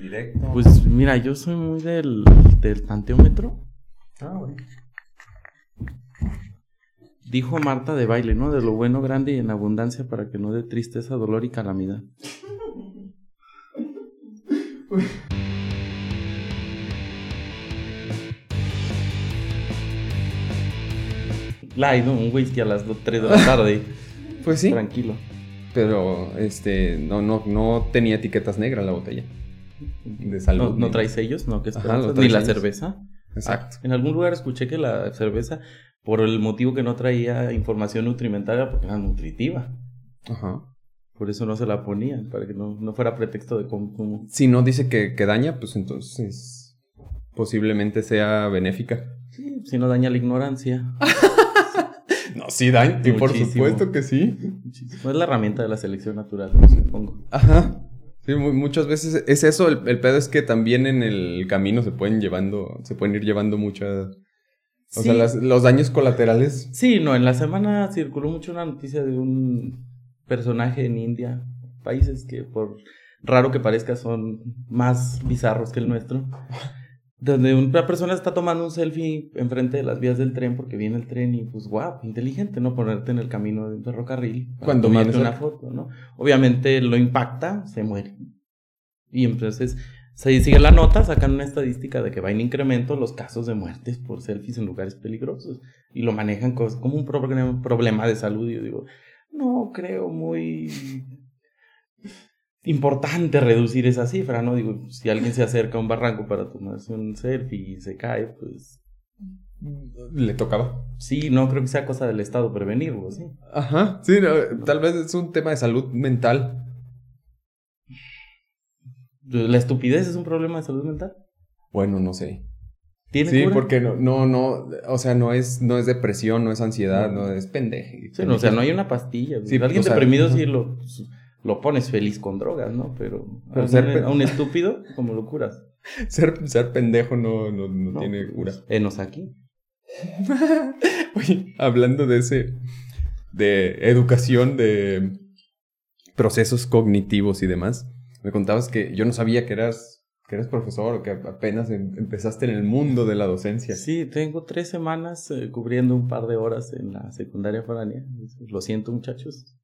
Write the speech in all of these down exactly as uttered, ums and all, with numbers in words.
directo. Pues mira, yo soy muy del, del tanteómetro. Ah, bueno. Dijo Marta de Baile, ¿no? De lo bueno, grande y en abundancia para que no dé tristeza, dolor y calamidad. Light, ¿no? Un whisky a las tres de la tarde. Pues sí. Tranquilo. Pero este no, no, no tenía etiquetas negras la botella. De salud. ¿No, no trae sellos? ¿No? ¿Qué Ajá, esperanza? no trae Ni la sellos. cerveza. Exacto. En algún lugar escuché que la cerveza, por el motivo que no traía información nutrimentaria, porque era nutritiva. Ajá. Por eso no se la ponían, para que no, no fuera pretexto de consumo. Si no dice que, que daña, pues entonces posiblemente sea benéfica. Sí, si no daña la ignorancia. No, sí daña. Y por Muchísimo. supuesto que sí. Muchísimo. Es la herramienta de la selección natural, supongo. Ajá. Sí, mu- muchas veces es eso. El, el pedo es que también en el camino se pueden llevando, se pueden ir llevando muchas. O Sí. sea, las- los daños colaterales. Sí, no, en la semana circuló mucho una noticia de un personaje en India, países que por raro que parezca son más bizarros que el nuestro, donde una persona está tomando un selfie enfrente de las vías del tren porque viene el tren y pues guau, inteligente, ¿no? Ponerte en el camino de un ferrocarril para Cuando tomarte vienes una a- foto, ¿no? Obviamente lo impacta, se muere. Y entonces se sigue la nota, sacan una estadística de que va en incremento los casos de muertes por selfies en lugares peligrosos y lo manejan cos- como un problema, problema de salud. Y yo digo, no creo muy importante reducir esa cifra, ¿no? Digo, si alguien se acerca a un barranco para tomarse un selfie y se cae, pues Le tocaba. sí, no creo que sea cosa del Estado prevenirlo, ¿sí? Ajá. Sí, no, tal vez es un tema de salud mental. ¿La estupidez es un problema de salud mental? Bueno, no sé. ¿Tiene Sí, cura? porque no, no, no, o sea, no es, no es depresión, no es ansiedad, no, es pendeje. Sí, no, o sea, no hay una pastilla. Sí, Alguien o sea, deprimido ajá. sí lo, lo pones feliz con drogas, ¿no? Pero, Pero a, un, ser pe- a un estúpido, como lo curas. Ser, ser pendejo no, no, no No, tiene cura. pues, Enos aquí. Oye, hablando de ese, de educación, de procesos cognitivos y demás, me contabas que yo no sabía que eras, que eras profesor o que apenas em- empezaste en el mundo de la docencia. Sí, tengo tres semanas eh, cubriendo un par de horas en la secundaria foránea. Lo siento, muchachos.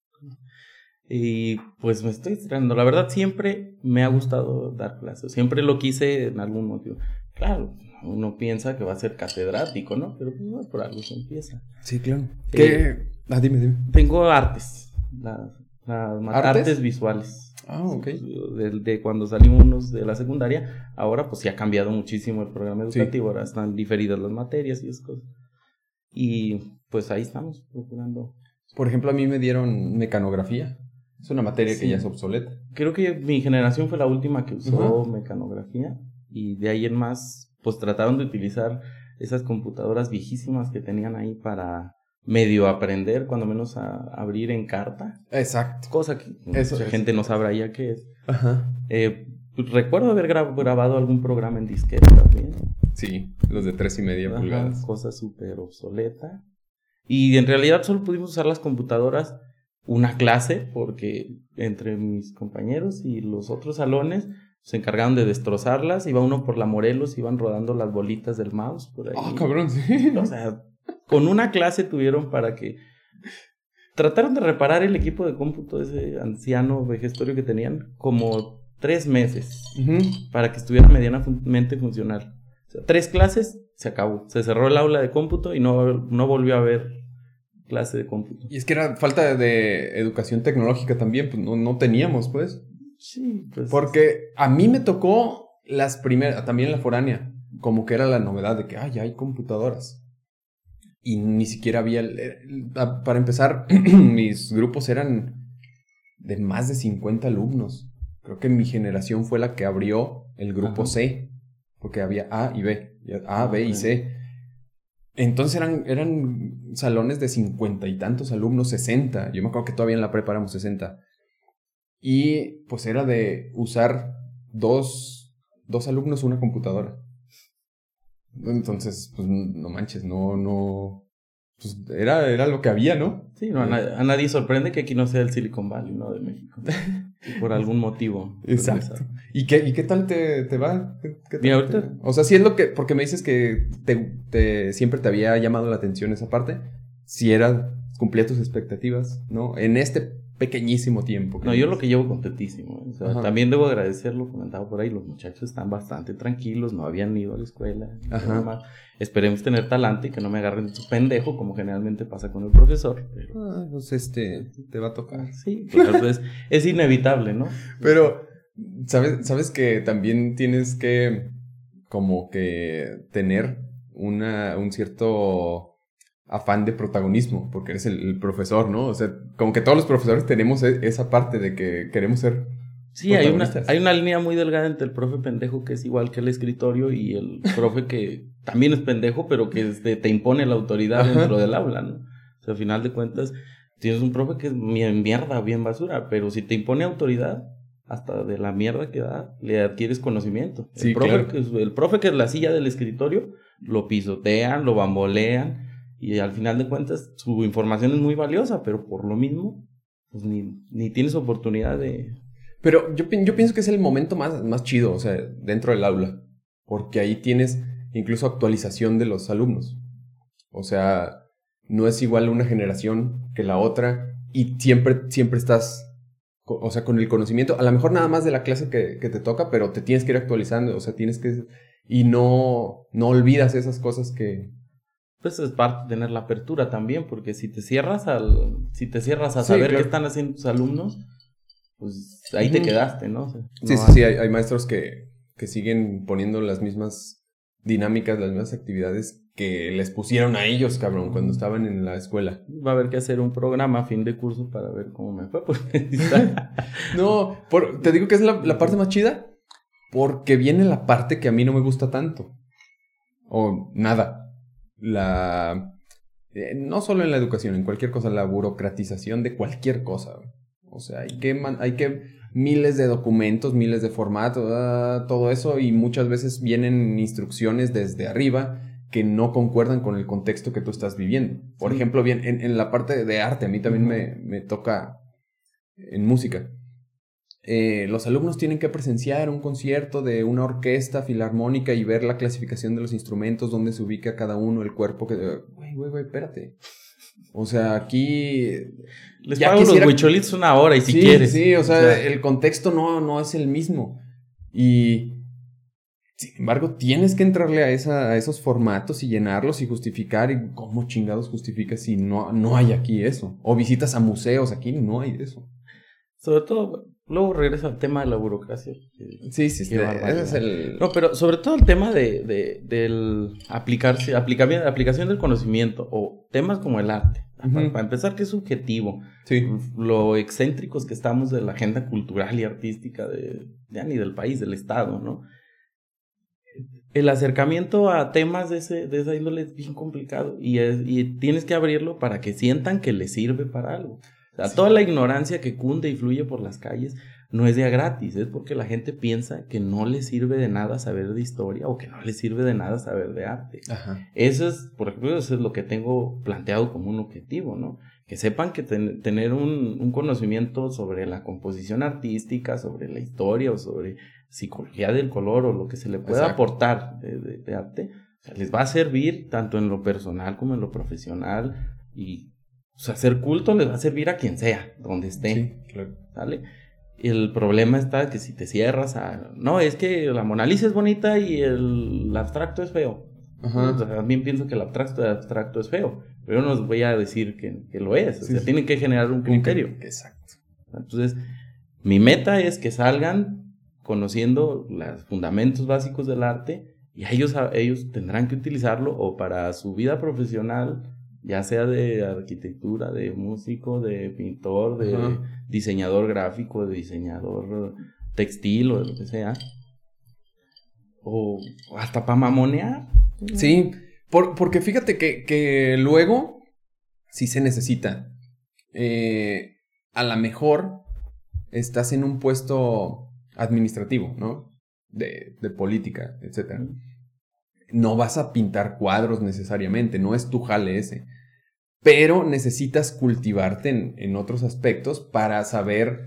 Y pues me estoy estrenando. La verdad, siempre me ha gustado dar clases. Siempre lo quise en algún motivo. Claro, uno piensa que va a ser catedrático, ¿no? Pero pues no, por algo se empieza. Sí, claro. Eh, ¿Qué? Ah, dime, dime. Tengo artes. Las las ma- ¿Artes? artes visuales. Ah, ok. De, de cuando salimos de la secundaria, ahora pues sí ha cambiado muchísimo el programa Sí. educativo, ahora están diferidas las materias y esas cosas. Y pues ahí estamos procurando. Por ejemplo, a mí me dieron mecanografía. Es una materia que Sí. ya es obsoleta. Creo que mi generación fue la última que usó Ajá. mecanografía y de ahí en más pues trataron de utilizar esas computadoras viejísimas que tenían ahí para medio aprender, cuando menos a abrir en carta, Exacto. cosa que Eso mucha es. gente no sabrá ya qué es. Ajá. Eh, pues, recuerdo haber gra- grabado algún programa en disquete también. Sí, los de tres y media Ajá, pulgadas. cosa súper obsoleta. Y en realidad solo pudimos usar las computadoras una clase porque entre mis compañeros y los otros salones se encargaron de destrozarlas. Iba uno por la Morelos, iban rodando las bolitas del mouse por ahí. Ah, cabrón, sí. O sea, con una clase tuvieron para que trataron de reparar el equipo de cómputo de ese anciano vejestorio que tenían como tres meses Ujú. para que estuviera medianamente funcional. O sea, tres clases, se acabó. Se cerró el aula de cómputo y no, no volvió a haber clase de cómputo. Y es que era falta de educación tecnológica también, pues no, no teníamos, pues. Sí, pues. Porque a mí me tocó las primeras, también la foránea, como que era la novedad de que, ay, ya hay computadoras. Y ni siquiera había, el- el- a- para empezar, mis grupos eran de más de cincuenta alumnos. Creo que mi generación fue la que abrió el grupo Ajá. C, porque había A y B, y A, B y Ok. C. Entonces eran, eran salones de cincuenta y tantos alumnos, sesenta. Yo me acuerdo que todavía en la prepa éramos sesenta. Y pues era de usar dos, dos alumnos una computadora. Entonces, pues no manches, no, no. Pues era, era lo que había, ¿no? Sí, no, a, na- a nadie sorprende que aquí no sea el Silicon Valley, ¿no? De México. por algún motivo. Exacto. ¿Y qué, ¿Y qué tal te, te va? ¿Qué, qué tal Mira, ahorita... te... O sea, si es lo que... Porque me dices que te, te, siempre te había llamado la atención esa parte. Si era... Cumplía tus expectativas, ¿no? En este pequeñísimo tiempo. No, yo lo que llevo contentísimo. O sea, también debo agradecerlo, comentaba por ahí, los muchachos están bastante tranquilos, no habían ido a la escuela. Ajá. Esperemos tener talante y que no me agarren de su pendejo, como generalmente pasa con el profesor. Pero... Ah, pues este, te va a tocar. Sí, pero pues es inevitable, ¿no? Pero, ¿sabes, sabes que también tienes que, como que, tener una, un cierto... afán de protagonismo, porque eres el, el profesor, ¿no? O sea, como que todos los profesores tenemos e- esa parte de que queremos ser Sí, hay una, hay una línea muy delgada entre el profe pendejo, que es igual que el escritorio, y el profe que también es pendejo, pero que este, te impone la autoridad Ajá. dentro del aula, ¿no? O sea, al final de cuentas, tienes un profe que es mierda, bien basura, pero si te impone autoridad, hasta de la mierda que da, le adquieres conocimiento. El, sí, profe, claro. que, el profe que es la silla del escritorio, lo pisotean, lo bambolean, y al final de cuentas su información es muy valiosa, pero por lo mismo pues ni, ni tienes oportunidad de... Pero yo, yo pienso que es el momento más, más chido, o sea, dentro del aula, porque ahí tienes incluso actualización de los alumnos. O sea, no es igual una generación que la otra y siempre, siempre estás, o sea, con el conocimiento, a lo mejor nada más de la clase que, que te toca, pero te tienes que ir actualizando, o sea, tienes que... Y no, no olvidas esas cosas que... Pues es parte de tener la apertura también, porque si te cierras al, si te cierras a sí, saber claro. qué están haciendo tus alumnos, pues ahí te quedaste, ¿no? O sea, sí, no sí, sí, hay, hay maestros que, que siguen poniendo las mismas dinámicas, las mismas actividades que les pusieron a ellos, cabrón, cuando estaban en la escuela. Va a haber que hacer un programa a fin de curso para ver cómo me fue. Porque... no, por, te digo que es la, la parte más chida, porque viene la parte que a mí no me gusta tanto. O nada. La eh, no solo en la educación, en cualquier cosa, la burocratización de cualquier cosa. O sea, hay que, man, hay que miles de documentos, miles de formatos, uh, todo eso, y muchas veces vienen instrucciones desde arriba que no concuerdan con el contexto que tú estás viviendo. Por sí. ejemplo, bien, en, en la parte de arte, a mí también uh-huh. me, me toca en música. Eh, los alumnos tienen que presenciar un concierto de una orquesta filarmónica y ver la clasificación de los instrumentos, dónde se ubica cada uno, el cuerpo que... Güey, güey, güey, espérate. O sea, aquí... Les pago quisiera... los huicholitos una hora y si sí, quieres. Sí, o sea, o sea, el contexto no, no es el mismo. Y... sin embargo, tienes que entrarle a, esa, a esos formatos y llenarlos y justificar. ¿Y cómo chingados justificas si no, no hay aquí eso? O visitas a museos, aquí no hay eso. Sobre todo... Luego regresa al tema de la burocracia. Sí, sí, sí. Ese es el... No, pero sobre todo el tema de, de del aplicarse, aplicación, aplicación del conocimiento o temas como el arte. Uh-huh. Para, para empezar, que es subjetivo. Sí. Lo excéntricos que estamos de la agenda cultural y artística de, ya ni del país, del estado, ¿no? El acercamiento a temas de, ese, de esa índole es bien complicado y, es, y tienes que abrirlo para que sientan que les sirve para algo. O sea, sí. Toda la ignorancia que cunde y fluye por las calles no es de a gratis, es porque la gente piensa que no le sirve de nada saber de historia o que no le sirve de nada saber de arte. Ajá. Eso es, por ejemplo, eso es lo que tengo planteado como un objetivo, ¿no? Que sepan que ten, tener un, un conocimiento sobre la composición artística, sobre la historia o sobre psicología del color o lo que se le pueda Exacto. aportar de, de, de arte, o sea, les va a servir tanto en lo personal como en lo profesional y... O sea, hacer culto les va a servir a quien sea, donde esté. Sí, claro. ¿Sale? El problema está que si te cierras a... No, es que la Mona Lisa es bonita y el abstracto es feo. Ajá. O sea, también pienso que el abstracto, el abstracto es feo. Pero yo no os voy a decir que, que lo es. O sí, sea, sí. Tienen que generar un criterio. Exacto. Entonces, mi meta es que salgan conociendo los fundamentos básicos del arte y ellos, ellos tendrán que utilizarlo o para su vida profesional... ya sea de arquitectura, de músico, de pintor, de uh-huh. diseñador gráfico, de diseñador textil o de lo que sea. O hasta para mamonear. Sí, por, porque fíjate que, que luego sí se necesita. Eh, a lo mejor estás en un puesto administrativo, ¿no? De, de política, etcétera. Uh-huh. No vas a pintar cuadros necesariamente, no es tu jale ese. Pero necesitas cultivarte en, en otros aspectos para saber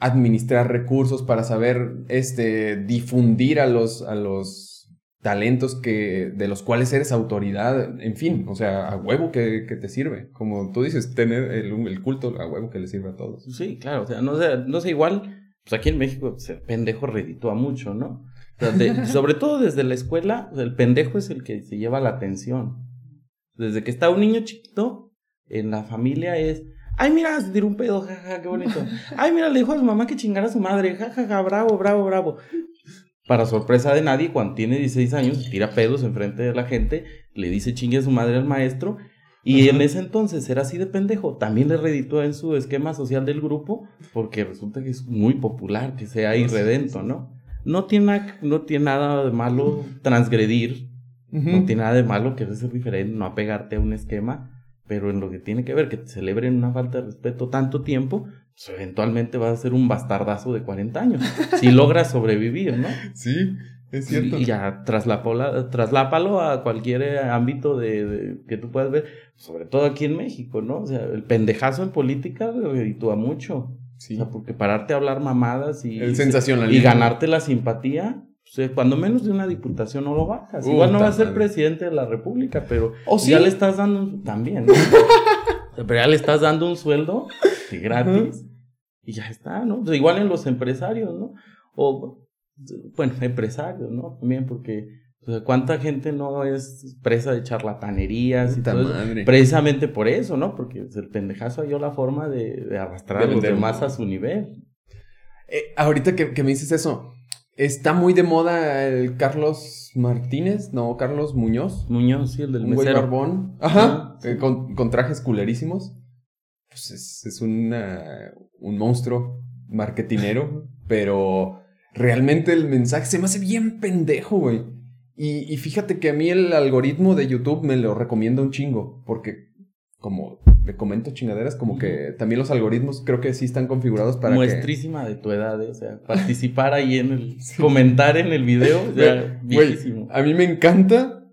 administrar recursos, para saber este, difundir a los, a los talentos que, de los cuales eres autoridad, en fin, o sea, a huevo que, que te sirve. Como tú dices, tener el, el culto a huevo que le sirve a todos. Sí, claro, o sea, no sé, no sé igual, pues aquí en México pues, el pendejo reditúa mucho, ¿no? O sea, de, sobre todo desde la escuela, o sea, el pendejo es el que se lleva la atención. Desde que está un niño chiquito, en la familia es, ay, mira, se tiró un pedo, jaja, qué bonito. Ay, mira, le dijo a su mamá que chingara a su madre, jajaja, ja, ja, bravo, bravo, bravo. Para sorpresa de nadie, cuando tiene dieciséis años, tira pedos enfrente de la gente, le dice chingue a su madre al maestro, y uh-huh. en ese entonces era así de pendejo. También le reditúa en su esquema social del grupo, porque resulta que es muy popular que sea irredento, ¿no? No tiene, no tiene nada de malo transgredir, uh-huh. no tiene nada de malo querer ser diferente, no apegarte a un esquema, pero en lo que tiene que ver que te celebren una falta de respeto tanto tiempo, pues eventualmente vas a ser un bastardazo de cuarenta años, si logras sobrevivir, ¿no? Sí, es cierto. Y ya traslápalo, traslápalo a cualquier ámbito de, de que tú puedas ver, sobre todo aquí en México, ¿no? O sea, el pendejazo en política reditúa mucho. Sí. O sea, porque pararte a hablar mamadas y, el sensacionalismo. Y ganarte la simpatía, pues, cuando menos de una diputación no lo bajas. Uh, Igual no va a ser madre. presidente de la república, pero ¿Oh, sí? ya le estás dando un, también, ¿no? Pero ya le estás dando un sueldo de gratis uh-huh. y ya está, ¿no? O sea, igual en los empresarios, ¿no? O, bueno, empresarios, ¿no? También porque, o sea, ¿cuánta gente no es presa de charlatanerías? Puta y todo madre. Eso? Precisamente por eso, ¿no? Porque el pendejazo halló la forma de, de arrastrar de a los demás a su nivel. Eh, ahorita que, que me dices eso, está muy de moda el Carlos Martínez, no, Carlos Muñoz. Muñoz, sí, el del un mesero. Güey barbón. Ajá, sí. eh, con, con trajes culerísimos. Pues es, es una, un monstruo marketinero, pero realmente el mensaje se me hace bien pendejo, güey. Y, y fíjate que a mí el algoritmo de YouTube me lo recomienda un chingo, porque como le comento chingaderas, como que también los algoritmos creo que sí están configurados para Muestrísima que... de tu edad, ¿eh? O sea, participar ahí en el... sí. Comentar en el video, ya, viejísimo. Güey, a mí me encanta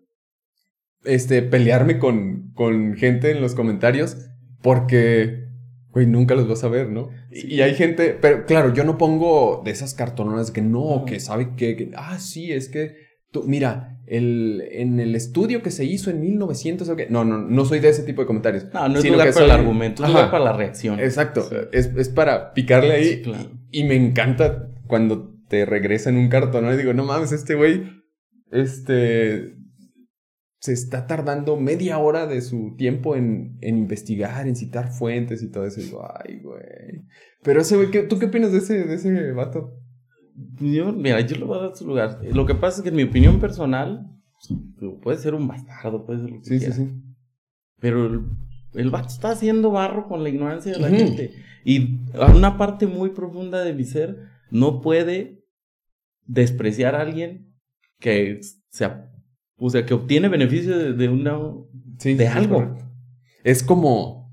este, pelearme con, con gente en los comentarios, porque, güey, nunca los vas a ver, ¿no? Sí. Y, y hay gente, pero claro, yo no pongo de esas cartononas que no, no. que sabe que, que, ah, sí, es que, tú, mira, el, en el estudio que se hizo en mil novecientos, okay. no, no, no soy de ese tipo de comentarios. No, no es lugar para soy... el argumento, es lugar para la reacción. Exacto, sí. es, es para picarle ahí, sí, claro. y, y me encanta cuando te regresan un cartonón y digo, no mames, este güey, este... se está tardando media hora de su tiempo en, en investigar, en citar fuentes y todo eso. Y digo, ay, güey. Pero ese güey, ¿tú qué opinas de ese, de ese vato? Yo, mira, yo le voy a dar su lugar. Lo que pasa es que en mi opinión personal, puede ser un bastardo, puede ser lo que sí, quiera. Sí, sí. Pero el, el vato está haciendo barro con la ignorancia de la uh-huh. gente. Y a una parte muy profunda de mi ser no puede despreciar a alguien que se O sea, que obtiene beneficio de, de una... Sí, de sí, algo. Es, es como...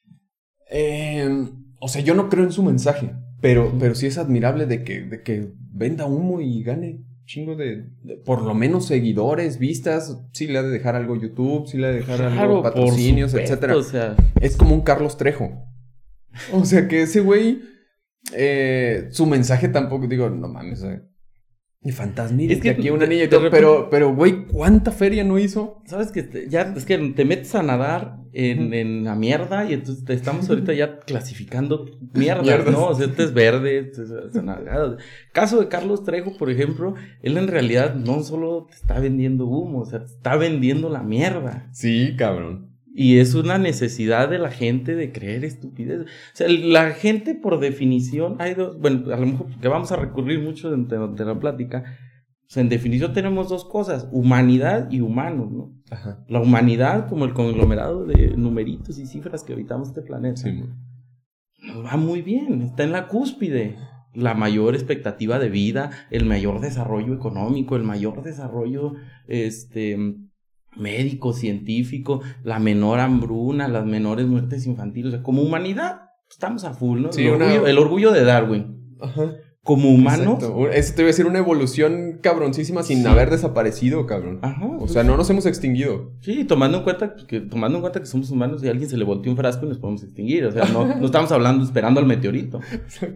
Eh, o sea, yo no creo en su mensaje. Pero, pero sí es admirable de que, de que venda humo y gane chingo de, de... Por lo menos seguidores, vistas. Sí le ha de dejar algo YouTube. Sí le ha de dejar claro, algo patrocinios, supuesto, etcétera. O sea... Es como un Carlos Trejo. O sea, que ese güey... Eh, su mensaje tampoco... Digo, no mames... Eh, Y fantasmita, es que aquí una niña y todo, repente, pero, pero, güey, ¿cuánta feria no hizo? Sabes que te, ya, es que te metes a nadar en, uh-huh. en la mierda y entonces te estamos ahorita ya clasificando mierdas, mierdas. ¿no? O sea, este es verde, este es, es nada. Caso de Carlos Trejo, por ejemplo, él en realidad no solo te está vendiendo humo, o sea, te está vendiendo la mierda. Sí, cabrón. Y es una necesidad de la gente de creer estupidez. O sea, la gente por definición, hay dos, bueno, a lo mejor que vamos a recurrir mucho de, de, de la plática. O sea, en definición tenemos dos cosas, humanidad y humano, ¿no? Ajá. La humanidad como el conglomerado de numeritos y cifras que habitamos este planeta. Sí. Nos va muy bien, está en la cúspide. La mayor expectativa de vida, el mayor desarrollo económico, el mayor desarrollo, este... médico, científico, la menor hambruna, las menores muertes infantiles. O sea, como humanidad, estamos a full, ¿no? Sí, el, orgullo, una... el orgullo de Darwin. Ajá. Como humanos. Exacto. Eso te iba a decir una evolución cabroncísima sin sí. haber desaparecido, cabrón. Ajá. O sea, no nos hemos extinguido. Sí, tomando en cuenta que, tomando en cuenta que somos humanos y a alguien se le volteó un frasco y nos podemos extinguir. O sea, no, no estamos hablando esperando al meteorito.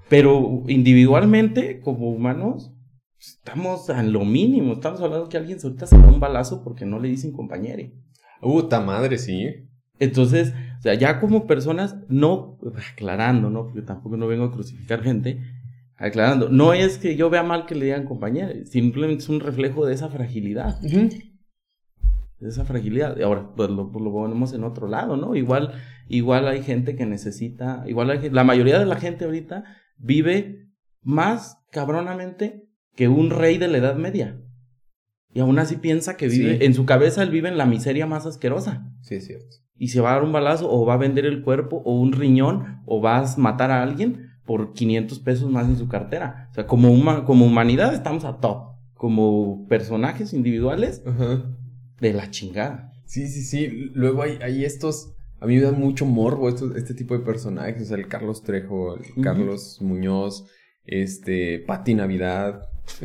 Pero individualmente, como humanos, estamos en lo mínimo. Estamos hablando que alguien ahorita se da un balazo porque no le dicen compañero. Puta madre, sí. Entonces, o sea, ya como personas, no, aclarando, ¿no? Porque tampoco no vengo a crucificar gente, aclarando, no es que yo vea mal que le digan compañero, simplemente es un reflejo de esa fragilidad. Uh-huh. De esa fragilidad. Y ahora, pues lo, pues lo ponemos en otro lado, ¿no? Igual, igual hay gente que necesita, igual hay, la mayoría de la gente ahorita vive más cabronamente que un rey de la Edad Media. Y aún así piensa que vive, sí. En su cabeza él vive en la miseria más asquerosa. Sí, es cierto. Y se va a dar un balazo, o va a vender el cuerpo, o un riñón, o vas a matar a alguien por quinientos pesos más en su cartera. O sea, como, uma, como humanidad estamos a top. Como personajes individuales, uh-huh. De la chingada. Sí, sí, sí. Luego hay, hay estos... A mí me dan mucho morbo estos, este tipo de personajes. O sea, el Carlos Trejo, el uh-huh. Carlos Muñoz, este, Pati Navidad...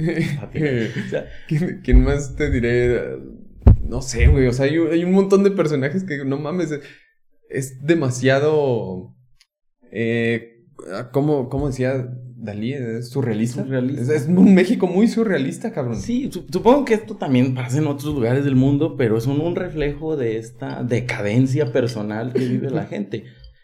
o sea, ¿Quién, ¿Quién más te diré? No sé, güey. O sea, hay, hay un montón de personajes que no mames. Es, es demasiado. Eh, ¿cómo, ¿Cómo decía Dalí? ¿Es surrealista? surrealista. Es, es un México muy surrealista, cabrón. Sí, su, supongo que esto también pasa en otros lugares del mundo, pero es un, un reflejo de esta decadencia personal que vive la gente.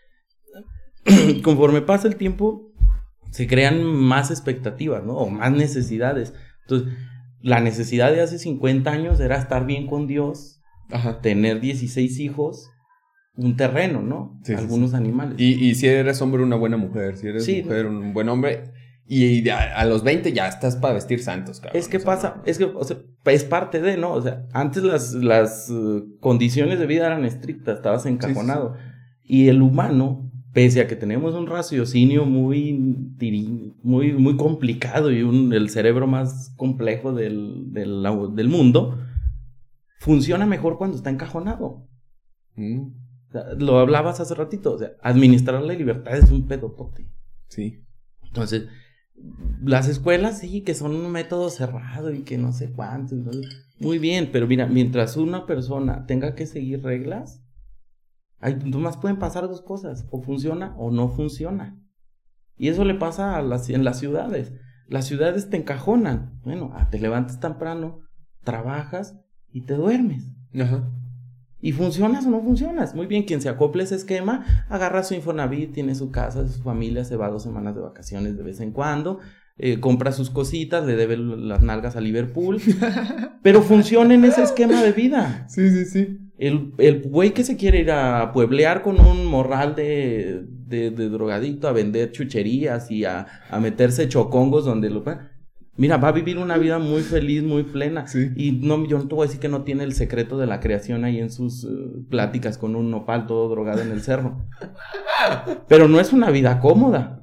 Conforme pasa el tiempo, se crean más expectativas, ¿no? O más necesidades. Entonces, la necesidad de hace cincuenta años era estar bien con Dios, ajá. Tener dieciséis hijos, un terreno, ¿no? Sí, algunos sí, sí. animales. Y, y si eres hombre, una buena mujer. Si eres sí, mujer, un buen hombre. Y, y a, a los veinte ya estás para vestir santos, cabrón. Es que o sea, pasa, no. es que o sea, es parte de, ¿no? O sea, antes las, las uh, condiciones de vida eran estrictas, estabas encajonado. Sí, sí, sí. Y el humano... Pese a que tenemos un raciocinio muy, muy, muy complicado y un, el cerebro más complejo del, del, del mundo, funciona mejor cuando está encajonado. Mm. O sea, lo hablabas hace ratito, o sea, administrar la libertad es un pedotote. Sí. Entonces, las escuelas sí, que son un método cerrado y que no sé cuánto. Entonces, muy bien, pero mira, mientras una persona tenga que seguir reglas, nomás pueden pasar dos cosas, o funciona o no funciona. Y eso le pasa a las, en las ciudades. Las ciudades te encajonan. Bueno, te levantas temprano, trabajas y te duermes. Ajá. ¿Y funcionas o no funcionas? Muy bien, quien se acople a ese esquema, agarra su Infonavit, tiene su casa, su familia, se va dos semanas de vacaciones de vez en cuando, eh, compra sus cositas, le debe las nalgas a Liverpool, pero funciona en ese esquema de vida. Sí, sí, sí. El, el güey que se quiere ir a pueblear con un morral de, de, de drogadicto a vender chucherías y a, a meterse chocongos donde lo... Mira, va a vivir una vida muy feliz, muy plena. Sí. Y no, yo no te voy a decir que no tiene el secreto de la creación ahí en sus uh, pláticas con un nopal todo drogado en el cerro. Pero no es una vida cómoda.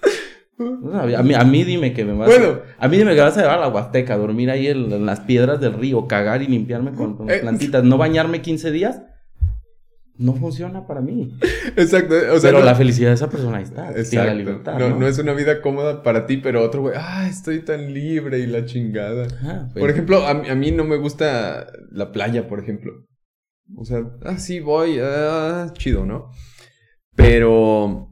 A mí, a mí dime que me vas bueno. a, a mí dime que vas a llevar a la Huasteca, dormir ahí en, en las piedras del río, cagar y limpiarme con, con eh. plantitas, no bañarme quince días. No funciona para mí. Exacto. O sea, pero no, la felicidad de esa persona ahí está. Exacto. Tiene la libertad. No, ¿no? no es una vida cómoda para ti, pero otro güey, ah, estoy tan libre y la chingada. Ajá, pues. Por ejemplo, a, a mí no me gusta la playa, por ejemplo. O sea, ah, sí voy, ah, chido, ¿no? Pero,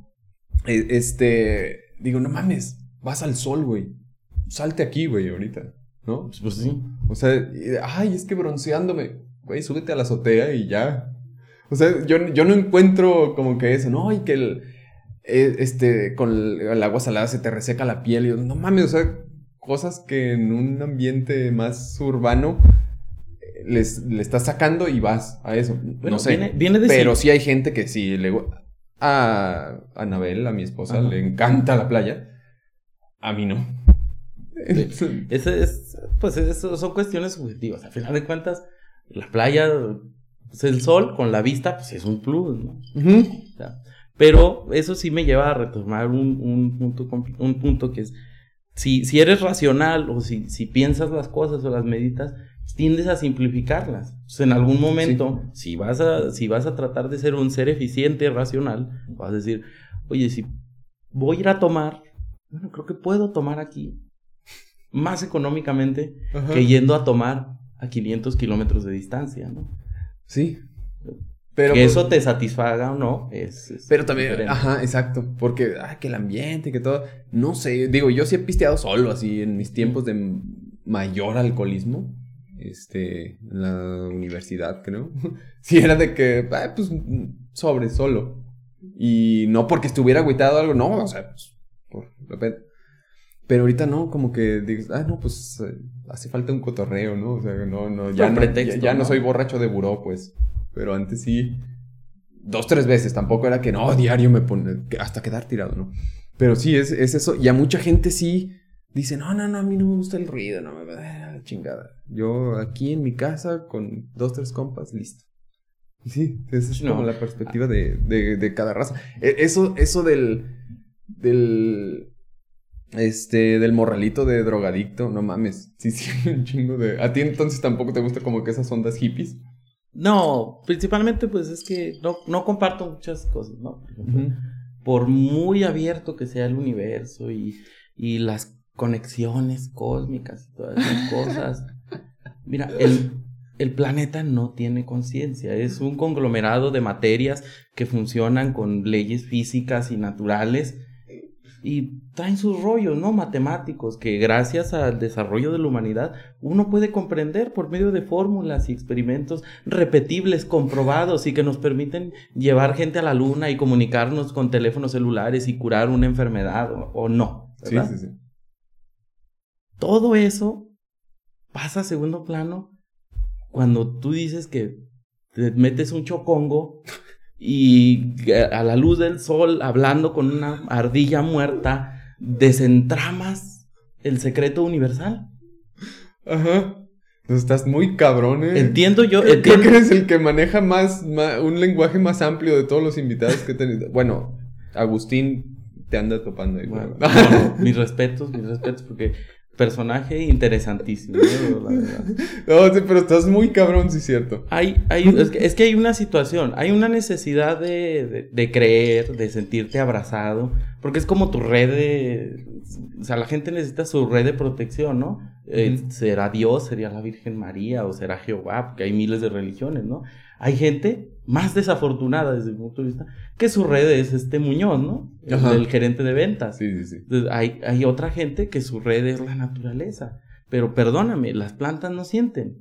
este, digo, no mames, vas al sol, güey. Salte aquí, güey, ahorita, ¿no? Pues sí. O sea, ay, es que bronceándome. Güey, súbete a la azotea y ya. O sea, yo, yo no encuentro como que eso, ¿no? Y que el, este, con el, el agua salada se te reseca la piel. Y yo, no mames, o sea, cosas que en un ambiente más urbano les, le estás sacando y vas a eso. Bueno, no sé. Viene, viene de pero sí hay gente que sí le... A Anabel, a mi esposa, ajá, le encanta la playa. A mí no. Sí. Ese es, pues eso son cuestiones subjetivas. Al final de cuentas, la playa... Pues el sol con la vista, pues es un plus, ¿no? Uh-huh. O sea, pero eso sí me lleva a retomar un, un, punto, un punto que es, si, si eres racional o si, si piensas las cosas o las meditas, tiendes a simplificarlas. Entonces, en algún momento, sí. si, vas a, si vas a tratar de ser un ser eficiente y racional, vas a decir, oye, si voy a ir a tomar, bueno, creo que puedo tomar aquí más económicamente uh-huh. que yendo a tomar a quinientos kilómetros de distancia, ¿no? Sí. Pero que pues, eso te satisfaga o no, es, es pero también, diferente. Ajá, exacto, porque, ah, que el ambiente, que todo, no sé, digo, yo sí he pisteado solo, así, en mis tiempos de mayor alcoholismo, este, en la universidad, creo, sí era de que, ah, pues, sobre, solo, y no porque estuviera agüitado o algo, no, o sea, pues, por repente, pero ahorita no, como que dices, ah, no, pues, eh, hace falta un cotorreo, ¿no? O sea, no, no, ya, no, pretexto, ya, ya no, no soy borracho de buró, pues. Pero antes sí, dos, tres veces. Tampoco era que no, diario me pone, hasta quedar tirado, ¿no? Pero sí, es, es eso. Y a mucha gente sí dice, no, no, no, a mí no me gusta el ruido, no me va a la chingada. Yo aquí en mi casa con dos, tres compas, listo. Sí, esa es no. como la perspectiva de, de, de cada raza. Eso, eso del, del, este, del morralito de drogadicto, no mames. Sí, sí, un chingo de... ¿A ti entonces tampoco te gusta como que esas ondas hippies? No, principalmente pues es que no, no comparto muchas cosas, ¿no? Por ejemplo, uh-huh. por muy abierto que sea el universo y, y las conexiones cósmicas y todas esas cosas, mira, el, el planeta no tiene conciencia, es un conglomerado de materias que funcionan con leyes físicas y naturales y traen sus rollos, ¿no? Matemáticos, que gracias al desarrollo de la humanidad uno puede comprender por medio de fórmulas y experimentos repetibles, comprobados y que nos permiten llevar gente a la luna y comunicarnos con teléfonos celulares y curar una enfermedad o, o no, ¿verdad? Sí, sí, sí. Todo eso pasa a segundo plano cuando tú dices que te metes un chocongo y a la luz del sol, hablando con una ardilla muerta, desentramas el secreto universal. Ajá. Pues estás muy cabrón, ¿eh? Entiendo yo. Creo, entiendo. creo que eres el que maneja más, más, un lenguaje más amplio de todos los invitados que he tenido. Bueno, Agustín te anda topando ahí. Bueno, no, no, mis respetos, mis respetos, porque... personaje interesantísimo, ¿no? La verdad. No, sí, pero estás muy cabrón, sí es cierto. Hay, hay, es, que, es que hay una situación, hay una necesidad de, de, de creer, de sentirte abrazado, porque es como tu red de... O sea, la gente necesita su red de protección, ¿no? Uh-huh. Eh, ¿Será Dios? ¿Sería la Virgen María? ¿O será Jehová? Porque hay miles de religiones, ¿no? Hay gente más desafortunada desde mi punto de vista que su red es este Muñoz, ¿no? El, el gerente de ventas. Sí, sí, sí. Entonces, hay, hay otra gente que su red es la naturaleza. Pero perdóname, las plantas no sienten.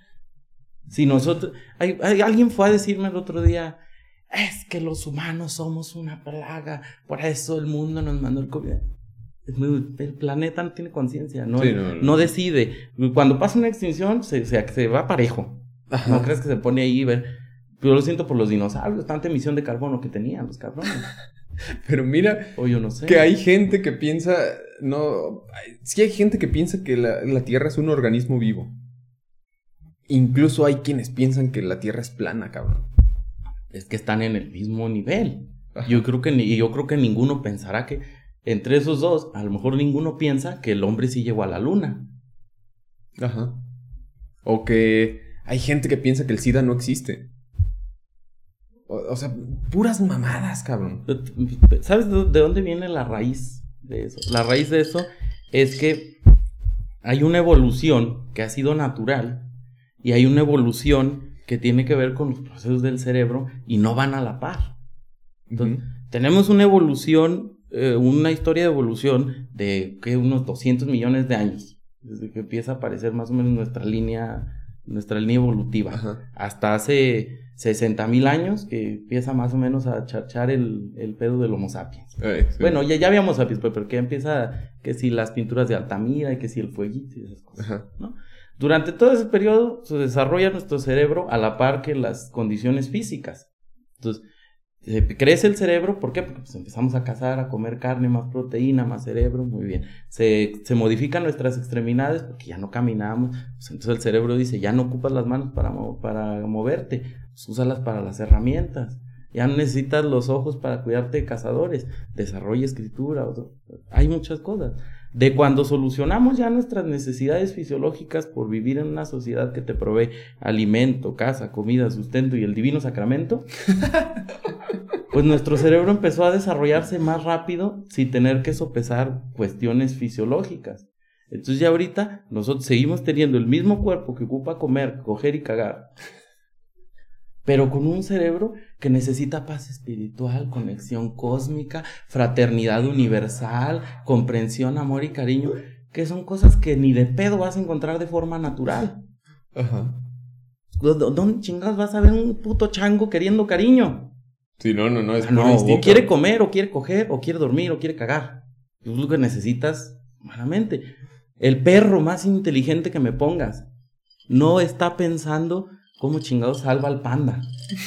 Si nosotros... Hay, hay, alguien fue a decirme el otro día, es que los humanos somos una plaga, por eso el mundo nos mandó el COVID. El planeta no tiene conciencia, no, sí, no, no. no decide. Cuando pasa una extinción, se, se, se va parejo. Ajá. No crees que se pone ahí a ver. Yo lo siento por los dinosaurios, tanta emisión de carbono que tenían los cabrones. Pero mira, o yo no sé. Que hay gente que piensa, no, sí hay gente que piensa que la, la Tierra es un organismo vivo. Incluso hay quienes piensan que la Tierra es plana, cabrón. Es que están en el mismo nivel. Ajá. Yo creo que ni, yo creo que ninguno pensará que entre esos dos, a lo mejor ninguno piensa que el hombre sí llegó a la luna. Ajá. O que hay gente que piensa que el SIDA no existe. O, o sea, puras mamadas, cabrón. ¿Sabes de dónde viene la raíz de eso? La raíz de eso es que hay una evolución que ha sido natural y hay una evolución que tiene que ver con los procesos del cerebro y no van a la par. Entonces, uh-huh. tenemos una evolución, eh, una historia de evolución de que unos doscientos millones de años, desde que empieza a aparecer más o menos nuestra línea, nuestra línea evolutiva, ajá. hasta hace sesenta mil años que empieza más o menos a chachar el, el pedo del Homo sapiens. Ay, sí. Bueno, ya, ya habíamos sapiens, pues, pero que empieza que si las pinturas de Altamira y que si el fueguito y esas cosas, ajá. ¿no? Durante todo ese periodo se desarrolla nuestro cerebro a la par que las condiciones físicas. Entonces, se crece el cerebro, ¿por qué? Porque pues, empezamos a cazar, a comer carne, más proteína, más cerebro, muy bien. Se, se modifican nuestras extremidades porque ya no caminamos, pues, entonces el cerebro dice, ya no ocupas las manos para, para moverte, pues, úsalas para las herramientas. Ya no necesitas los ojos para cuidarte de cazadores, desarrolla escritura, otro, hay muchas cosas. De cuando solucionamos ya nuestras necesidades fisiológicas por vivir en una sociedad que te provee alimento, casa, comida, sustento y el divino sacramento, pues nuestro cerebro empezó a desarrollarse más rápido sin tener que sopesar cuestiones fisiológicas. Entonces ya ahorita nosotros seguimos teniendo el mismo cuerpo que ocupa comer, coger y cagar, pero con un cerebro que necesita paz espiritual, conexión cósmica, fraternidad universal, comprensión, amor y cariño, que son cosas que ni de pedo vas a encontrar de forma natural. Ajá. ¿Dónde chingados vas a ver un puto chango queriendo cariño? Sí, no, no, no, es no, puro instinto. O quiere comer, o quiere coger, o quiere dormir, o quiere cagar. Es lo que necesitas humanamente. El perro más inteligente que me pongas no está pensando cómo chingados salva al panda.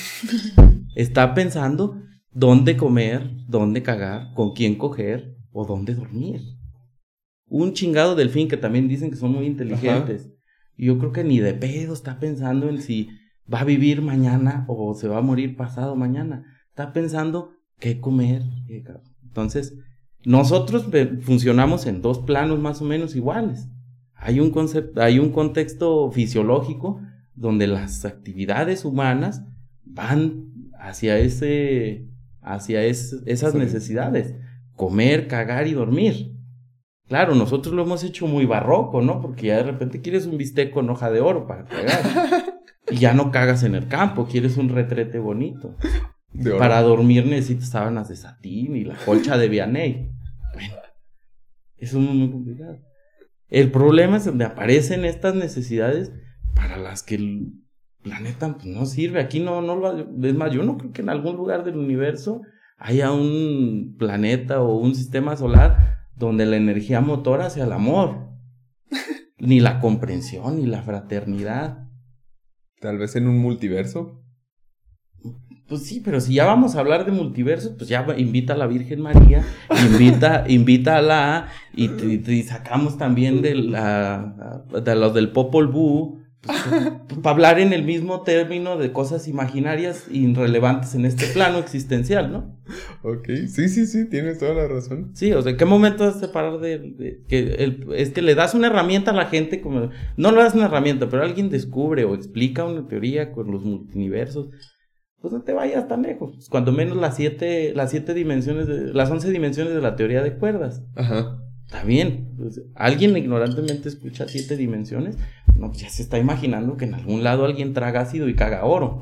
Está pensando dónde comer, dónde cagar, con quién coger o dónde dormir. Un chingado delfín que también dicen que son muy inteligentes. Ajá. Y yo creo que ni de pedo está pensando en si va a vivir mañana o se va a morir pasado mañana. Está pensando qué comer. Qué... Entonces, nosotros funcionamos en dos planos más o menos iguales. Hay un concepto, hay un contexto fisiológico donde las actividades humanas van hacia ese, hacia es, esas sí. necesidades. Comer, cagar y dormir. Claro, nosotros lo hemos hecho muy barroco, ¿no? Porque ya de repente quieres un bistec con hoja de oro para cagar. Y ya no cagas en el campo, quieres un retrete bonito. Para dormir necesitas sábanas de satín y la colcha de Vianney. Bueno, eso es muy complicado. El problema es donde aparecen estas necesidades para las que el planeta pues, no sirve. Aquí no, no lo... Es más, yo no creo que en algún lugar del universo haya un planeta o un sistema solar donde la energía motora sea el amor. Ni la comprensión, ni la fraternidad. Tal vez en un multiverso. Pues sí, pero si ya vamos a hablar de multiversos, pues ya invita a la Virgen María, invita, invita a la y, y, y sacamos también de, la, de los del Popol Vuh, pues, pues, para hablar en el mismo término de cosas imaginarias e irrelevantes en este plano existencial, ¿no? Ok, sí, sí, sí, tienes toda la razón. Sí, o sea, ¿en qué momento vas a separar de, de que el, es que le das una herramienta a la gente, como no le das una herramienta, pero alguien descubre o explica una teoría con los multiversos? Pues no te vayas tan lejos. Cuando menos las siete, las siete dimensiones, de, las once dimensiones de la teoría de cuerdas. Ajá. Está bien. Pues, alguien ignorantemente escucha siete dimensiones. No, pues ya se está imaginando que en algún lado alguien traga ácido y caga oro.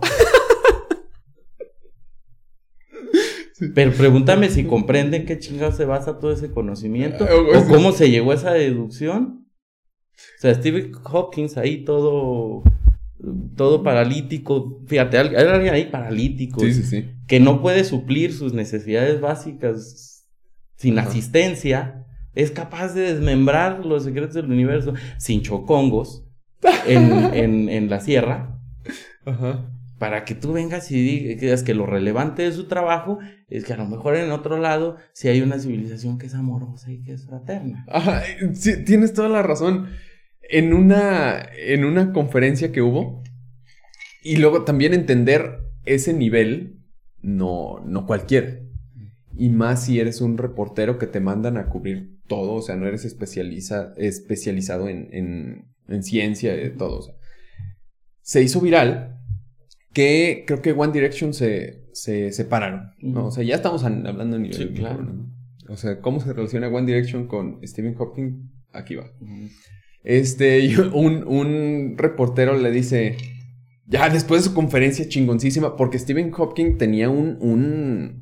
Sí. Pero pregúntame si comprenden qué chingados se basa todo ese conocimiento. Uh, o cómo se llegó a esa deducción. O sea, Stephen Hawking ahí todo... todo paralítico, fíjate, hay alguien ahí paralítico, sí, sí, sí. que no puede suplir sus necesidades básicas sin Ajá. asistencia, es capaz de desmembrar los secretos del universo sin chocongos en, en, en la sierra. Ajá. Para que tú vengas y digas que lo relevante de su trabajo es que a lo mejor en otro lado sí hay una civilización que es amorosa y que es fraterna. Ajá, sí, tienes toda la razón. En una, en una conferencia que hubo, y luego también entender ese nivel, no, no cualquiera. Y más si eres un reportero que te mandan a cubrir todo, o sea, no eres especializa, especializado en, en, en ciencia, de todo. O sea. Se hizo viral que creo que One Direction se, se separaron, ¿no? O sea, ya estamos hablando de nivel. Sí, claro. ¿no? O sea, ¿cómo se relaciona One Direction con Stephen Hawking? Aquí va. Uh-huh. Este, un, un reportero le dice, ya después de su conferencia chingoncísima, porque Stephen Hawking tenía un, un,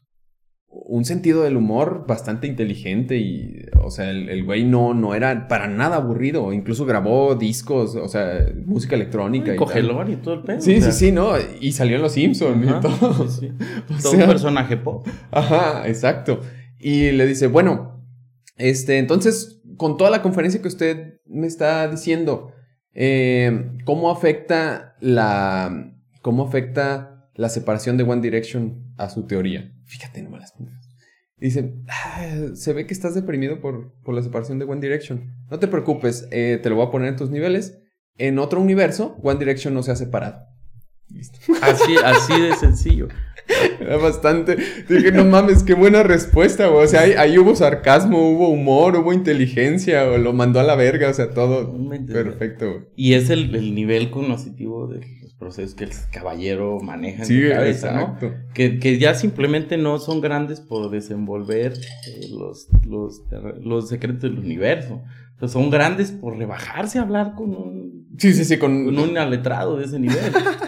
un sentido del humor bastante inteligente y, o sea, el, el güey no, no era para nada aburrido, incluso grabó discos, o sea, música electrónica. Y Cogelón y todo el pedo. Sí, o sea. sí, sí, ¿no? Y salió en Los Simpsons y todo. Sí, sí. Todo sea, un personaje pop. Ajá, exacto. Y le dice, bueno, este, entonces... con toda la conferencia que usted me está diciendo, eh, ¿cómo afecta la cómo afecta la separación de One Direction a su teoría? Fíjate nomás las puntas. Dice, ah, se ve que estás deprimido por, por la separación de One Direction. No te preocupes, eh, te lo voy a poner en tus niveles. En otro universo, One Direction no se ha separado. Listo. Así, así de sencillo. Era bastante. Dije, no mames, qué buena respuesta, güey. O sea, ahí, ahí hubo sarcasmo, hubo humor, hubo inteligencia, o lo mandó a la verga, o sea, todo perfecto, güey. Y es el, el nivel cognitivo de los procesos que el caballero maneja en sí, su cabeza, exacto. ¿no? Que, que ya simplemente no son grandes por desenvolver eh, los, los, los secretos del universo. O sea, son grandes por rebajarse a hablar con un... Sí, sí, sí, con... con un aletrado de ese nivel.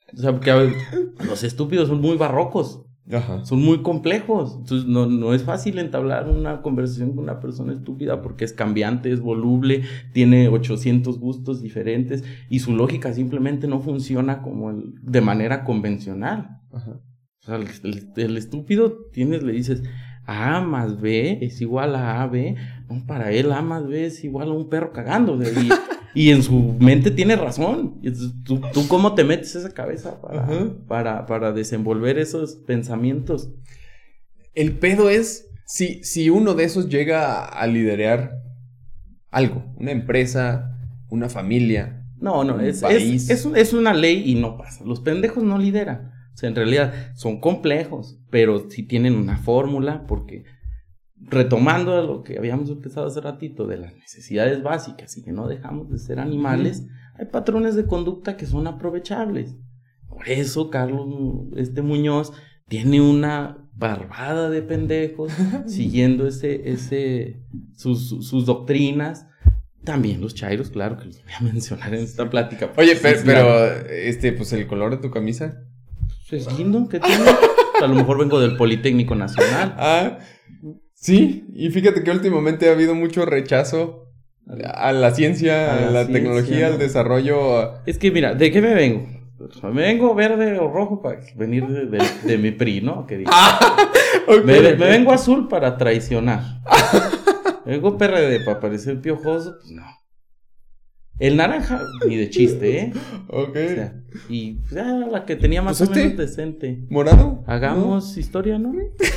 O sea, porque a ver, los estúpidos son muy barrocos. Ajá. Son muy complejos. Entonces no, no es fácil entablar una conversación con una persona estúpida porque es cambiante, es voluble, tiene ochocientos gustos diferentes y su lógica simplemente no funciona como el, de manera convencional. Ajá. O sea, el, el, el estúpido tienes, le dices A más B es igual a A B. No, para él A más B es igual a un perro cagando. De ahí. Y en su mente tiene razón. Entonces, ¿tú, ¿Tú cómo te metes esa cabeza para, uh-huh. para, para desenvolver esos pensamientos? El pedo es si, si uno de esos llega a liderar algo, una empresa, una familia. No, no, es, es, es, es una ley y no pasa. Los pendejos no lideran. O sea, en realidad son complejos, pero sí tienen una fórmula porque... Retomando a lo que habíamos empezado hace ratito de las necesidades básicas y que no dejamos de ser animales, hay patrones de conducta que son aprovechables. Por eso Carlos este Muñoz tiene una barbada de pendejos siguiendo ese, ese, sus, sus doctrinas. También los chairos, claro que los voy a mencionar en esta plática. Oye, pero, pero este, pues el color de tu camisa. Pues es lindo, ¿qué tiene? A lo mejor vengo del Politécnico Nacional. Ah, sí, y fíjate que últimamente ha habido mucho rechazo a la ciencia, a la, a la ciencia, tecnología, ¿no? Al desarrollo. Es que mira, ¿de qué me vengo? Me vengo verde o rojo para venir de, de, de mi P R I, ¿no? Que digo. okay, me, okay. me vengo azul para traicionar. Me vengo P R D para parecer piojoso, pues no. El naranja, ni de chiste, ¿eh? Ok. O sea, y pues, ya la que tenía más pues o este, menos decente. ¿Morado? Hagamos ¿no? historia, ¿no?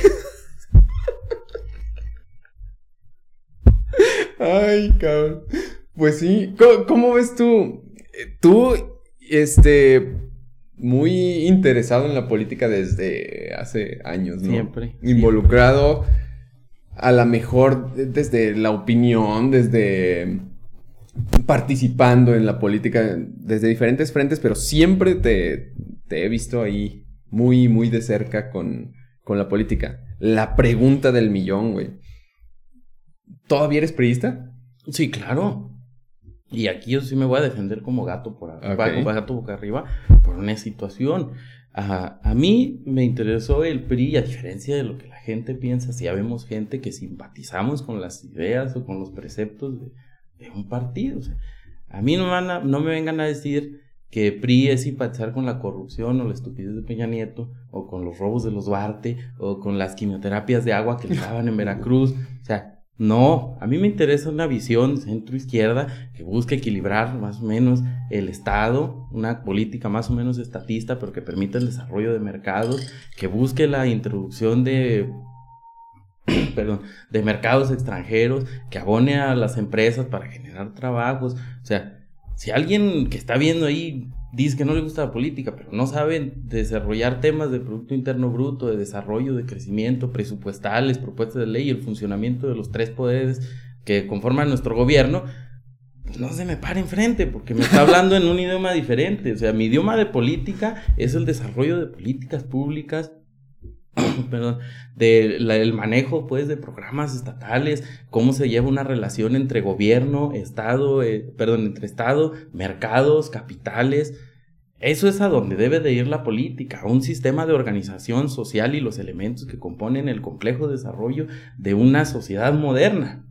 Ay, cabrón. Pues sí. ¿Cómo, cómo ves tú? Tú, este, muy interesado en la política desde hace años, ¿no? Siempre. Involucrado, siempre. A lo mejor desde la opinión, desde participando en la política, desde diferentes frentes, pero siempre te, te he visto ahí muy, muy de cerca con, con la política. La pregunta del millón, güey. ¿Todavía eres priista? Sí, claro. Y aquí yo sí me voy a defender como gato por arriba, okay. como gato boca arriba, por una situación. A, a mí me interesó el P R I, a diferencia de lo que la gente piensa, si ya vemos gente que simpatizamos con las ideas o con los preceptos de, de un partido. O sea, a mí no, van a, no me vengan a decir que P R I es simpatizar con la corrupción o la estupidez de Peña Nieto, o con los robos de los Duarte, o con las quimioterapias de agua que le daban en Veracruz. O sea, no, a mí me interesa una visión centro-izquierda que busque equilibrar más o menos el Estado, una política más o menos estatista, pero que permita el desarrollo de mercados, que busque la introducción de, perdón, de mercados extranjeros, que abone a las empresas para generar trabajos. O sea, si alguien que está viendo ahí dice que no le gusta la política, pero no sabe desarrollar temas de Producto Interno Bruto, de desarrollo, de crecimiento, presupuestales, propuestas de ley, el funcionamiento de los tres poderes que conforman nuestro gobierno, pues no se me pare enfrente, porque me está hablando en un idioma diferente. O sea, mi idioma de política es el desarrollo de políticas públicas, perdón, del manejo, pues, de programas estatales, cómo se lleva una relación entre gobierno, estado, eh, perdón, entre estado, mercados, capitales. Eso es a donde debe de ir la política, a un sistema de organización social y los elementos que componen el complejo desarrollo de una sociedad moderna.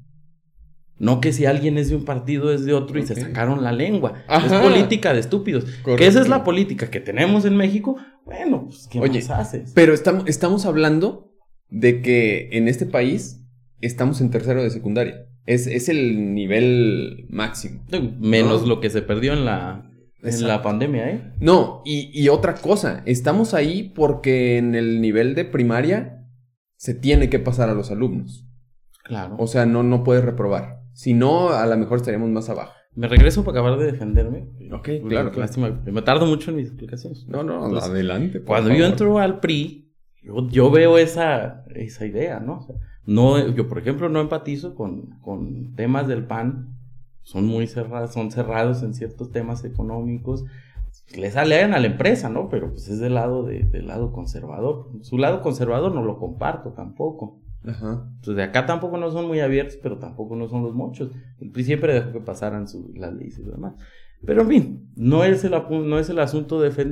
No que si alguien es de un partido es de otro y okay. se sacaron la lengua. Ajá. Es política de estúpidos. Correcto. Que esa es la política que tenemos en México. Bueno, pues ¿qué Oye, más haces? Pero estamos, estamos hablando de que en este país estamos en tercero de secundaria. Es, es el nivel máximo. Menos ¿no? lo que se perdió en la, en la pandemia, ¿eh? No, y, y otra cosa. Estamos ahí porque en el nivel de primaria se tiene que pasar a los alumnos. Claro. O sea, no, no puedes reprobar. Si no, a lo mejor estaríamos más abajo. Me regreso para acabar de defenderme. Ok, claro. Lástima, me tardo mucho en mis explicaciones. No, no, Entonces, adelante. Cuando favor. yo entro al P R I, yo, yo veo esa, esa idea, ¿no? O sea, no, yo, por ejemplo, no empatizo con, con temas del P A N. Son muy cerrados, son cerrados en ciertos temas económicos. Le salen a la empresa, ¿no? Pero pues es del lado, de, del lado conservador. Su lado conservador no lo comparto tampoco. Ajá. Entonces de acá tampoco no son muy abiertos, pero tampoco no son los mochos. El P R I siempre dejó que pasaran su, las leyes y lo demás. Pero en fin, no es, el, no es el asunto de defender.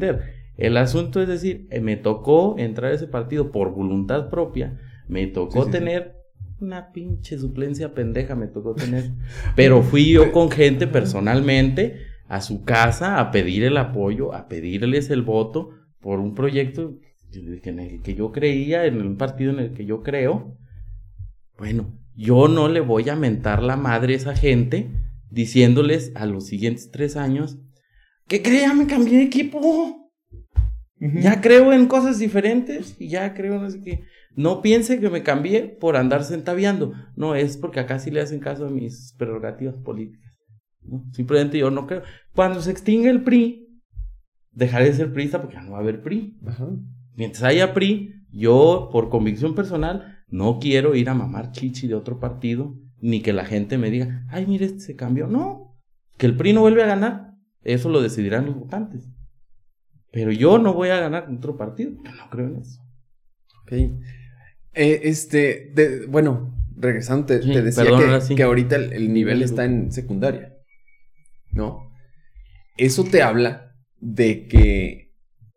El asunto es decir, eh, me tocó entrar a ese partido por voluntad propia, me tocó sí, sí, tener sí. una pinche suplencia pendeja, me tocó tener, pero fui yo con gente personalmente a su casa a pedir el apoyo, a pedirles el voto por un proyecto en el que yo creía, en un partido en el que yo creo. Bueno, yo no le voy a mentar la madre a esa gente diciéndoles a los siguientes tres años, ¿qué cree? Ya me cambié de equipo. Uh-huh. Ya creo en cosas diferentes y ya creo no sé qué. No piense que me cambié por andar centaviando. No, es porque acá sí le hacen caso a mis prerrogativas políticas, ¿no? Simplemente yo no creo. Cuando se extinga el P R I, dejaré de ser priista porque ya no va a haber P R I. Uh-huh. Mientras haya P R I, yo, por convicción personal, no quiero ir a mamar chichi de otro partido, ni que la gente me diga, ay, mire, este se cambió. No, que el P R I no vuelve a ganar, eso lo decidirán los votantes. Pero yo no voy a ganar con otro partido, porque no creo en eso. Ok. Eh, este, de, bueno, regresando, te, sí, te decía perdón, que, que ahorita el, el nivel está en secundaria, ¿no? Eso te habla de que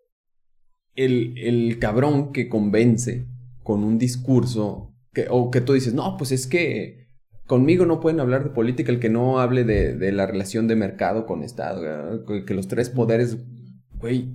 el, el cabrón que convence con un discurso, que, o que tú dices, no, pues es que conmigo no pueden hablar de política el que no hable de, de la relación de mercado con Estado, que los tres poderes, güey,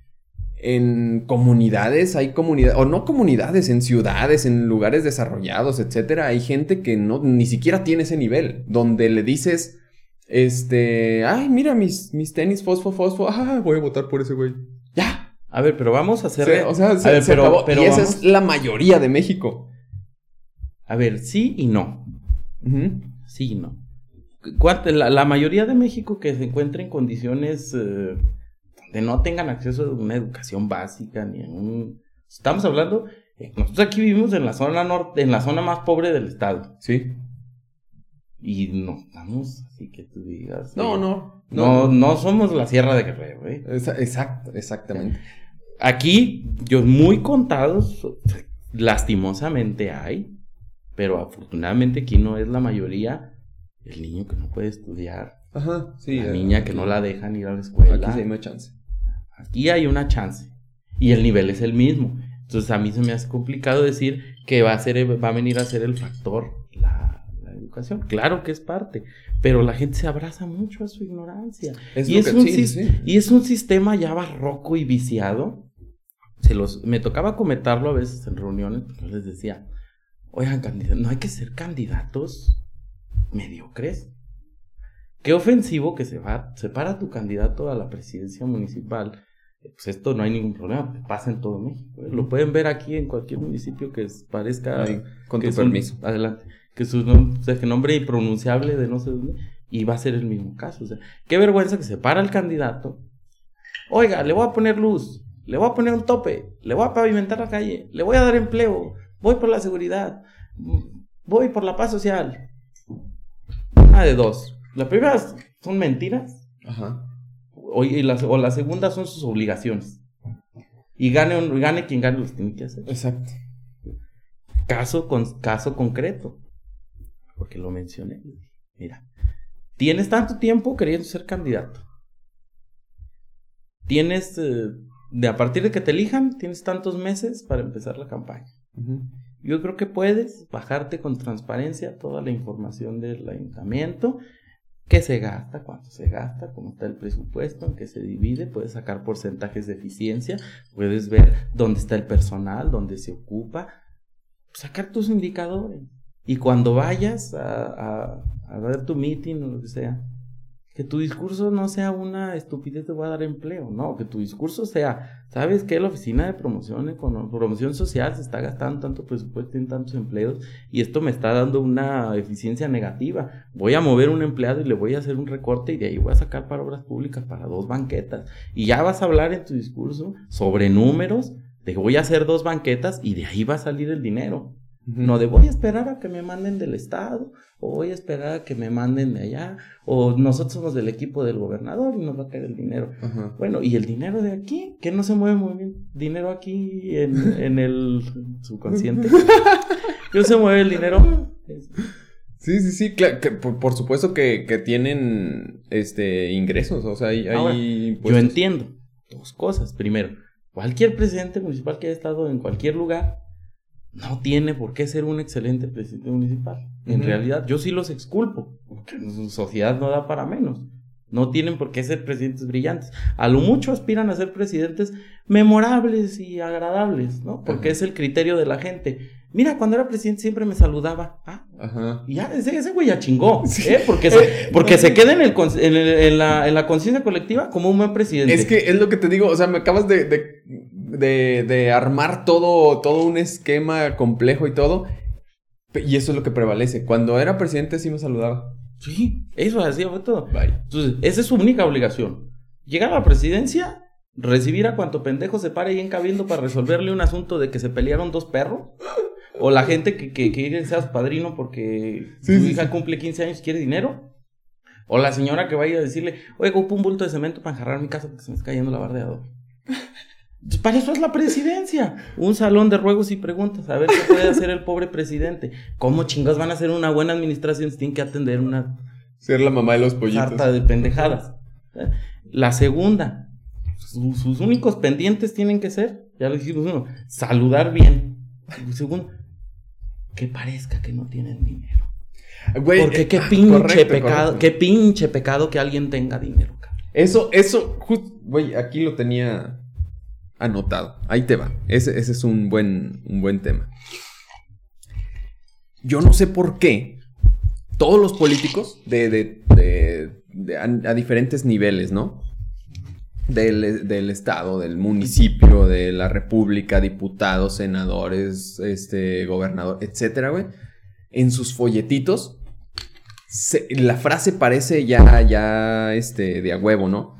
en comunidades, hay comunidades, o no comunidades, en ciudades, en lugares desarrollados, etcétera, hay gente que no, ni siquiera tiene ese nivel, donde le dices, este, ay, mira mis, mis tenis fosfo, fosfo, ah, voy a votar por ese güey, ya. A ver, pero vamos a hacer... Sí, o sea, se, a ver, se pero, acabó. Pero y esa vamos... es la mayoría de México. A ver, sí y no. Uh-huh. Sí y no. La, la mayoría de México que se encuentra en condiciones eh, donde no tengan acceso a una educación básica, ni en un... Estamos hablando... Eh, nosotros aquí vivimos en la zona norte, en la zona más pobre del estado. Sí. Y no estamos así que tú digas... No, no. No, no, no somos la Sierra de Guerrero, ¿eh? Exacto, exactamente. Aquí, yo muy contados, lastimosamente hay, pero afortunadamente aquí no es la mayoría, el niño que no puede estudiar, ajá, sí, la eh, niña aquí, que no la dejan ir a la escuela. Aquí sí hay una chance. Aquí hay una chance, y el nivel es el mismo. Entonces a mí se me hace complicado decir que va a ser, va a venir a ser el factor la, la educación. Claro que es parte, pero la gente se abraza mucho a su ignorancia. Es y, es que, un sí, sí. y es un sistema ya barroco y viciado. Se los, me tocaba comentarlo a veces en reuniones, porque yo les decía, oigan, candidatos, no hay que ser candidatos mediocres. Qué ofensivo que se va, se para tu candidato a la presidencia municipal. Pues esto no hay ningún problema, pasa en todo México. ¿eh? Lo pueden ver aquí en cualquier municipio que parezca... Ay, con que tu permiso. Un, adelante. Que su nombre, o sea, que nombre impronunciable de no sé dónde, y va a ser el mismo caso. O sea, qué vergüenza que se para el candidato. Oiga, le voy a poner luz, le voy a poner un tope, le voy a pavimentar la calle, le voy a dar empleo, voy por la seguridad, voy por la paz social. Una de dos. La primera son mentiras. Ajá. O, y la, o la segunda son sus obligaciones. Y gane, gane quien gane, los tiene que hacer. Exacto. Caso, con, caso concreto. Porque lo mencioné. Mira, tienes tanto tiempo queriendo ser candidato. Tienes, eh, de a partir de que te elijan, tienes tantos meses para empezar la campaña. Uh-huh. Yo creo que puedes bajarte con transparencia toda la información del ayuntamiento. ¿Qué se gasta? ¿Cuánto se gasta? ¿Cómo está el presupuesto? ¿En qué se divide? Puedes sacar porcentajes de eficiencia. Puedes ver dónde está el personal, dónde se ocupa. Sacar tus indicadores. Y cuando vayas a, a, a dar tu meeting o lo que sea, que tu discurso no sea una estupidez de voy a dar empleo. No, que tu discurso sea, ¿sabes qué? La oficina de promoción, econo- promoción social se está gastando tanto presupuesto en tantos empleos y esto me está dando una eficiencia negativa. Voy a mover un empleado y le voy a hacer un recorte y de ahí voy a sacar para obras públicas para dos banquetas. Y ya vas a hablar en tu discurso sobre números, de voy a hacer dos banquetas y de ahí va a salir el dinero. Uh-huh. No de voy a esperar a que me manden del estado, o voy a esperar a que me manden de allá, o nosotros somos del equipo del gobernador y nos va a caer el dinero. Uh-huh. Bueno, ¿y el dinero de aquí? ¿Qué no se mueve muy bien? ¿Dinero aquí en, en el subconsciente? ¿Qué no se mueve el dinero? Sí, sí, sí, claro, que por, por supuesto que, que tienen este ingresos, o sea, hay, Ahora, hay yo entiendo, dos cosas. Primero, cualquier presidente municipal que haya estado en cualquier lugar no tiene por qué ser un excelente presidente municipal. En uh-huh. realidad, yo sí los exculpo, porque su sociedad no da para menos. No tienen por qué ser presidentes brillantes. A lo mucho aspiran a ser presidentes memorables y agradables, ¿no? Porque uh-huh. es el criterio de la gente. Mira, cuando era presidente siempre me saludaba. Ah, uh-huh. y ya, ese, ese güey ya chingó, sí. ¿eh? Porque, se, porque se queda en, el, en, el, en la, en la conciencia colectiva como un buen presidente. Es que es lo que te digo, o sea, me acabas de, de, de, de armar todo, todo un esquema complejo y todo, y eso es lo que prevalece. Cuando era presidente sí me saludaba. Sí, eso hacía fue todo. Bye. Entonces, esa es su única obligación. Llegar a la presidencia, recibir a cuanto pendejo se pare ahí en Cabildo para resolverle un asunto de que se pelearon dos perros. O la gente que, que, que quiere ser padrino porque sí, su sí, hija sí. cumple quince años y quiere dinero. O la señora que vaya a decirle, oye, ocupo un bulto de cemento para enjarrar mi casa porque se me está cayendo la bardeadora. Para eso es la presidencia. Un salón de ruegos y preguntas. A ver qué puede hacer el pobre presidente. ¿Cómo chingados van a hacer una buena administración si tienen que atender una... ser la mamá de los pollitos. Sarta de pendejadas. La segunda. Sus, sus únicos pendientes tienen que ser, ya lo dijimos uno, saludar bien. El segundo, que parezca que no tienen dinero. Güey, Porque eh, qué pinche correcto, pecado, correcto. qué pinche pecado que alguien tenga dinero. Eso, eso, just, güey, aquí lo tenía... anotado. Ahí te va. Ese, ese es un buen, un buen tema. Yo no sé por qué todos los políticos de, de, de, de a, a diferentes niveles, ¿no? Del, del estado, del municipio, de la república, diputados, senadores, este, gobernador, etcétera, güey. En sus folletitos, se, la frase parece ya, ya, este, de a huevo, ¿no?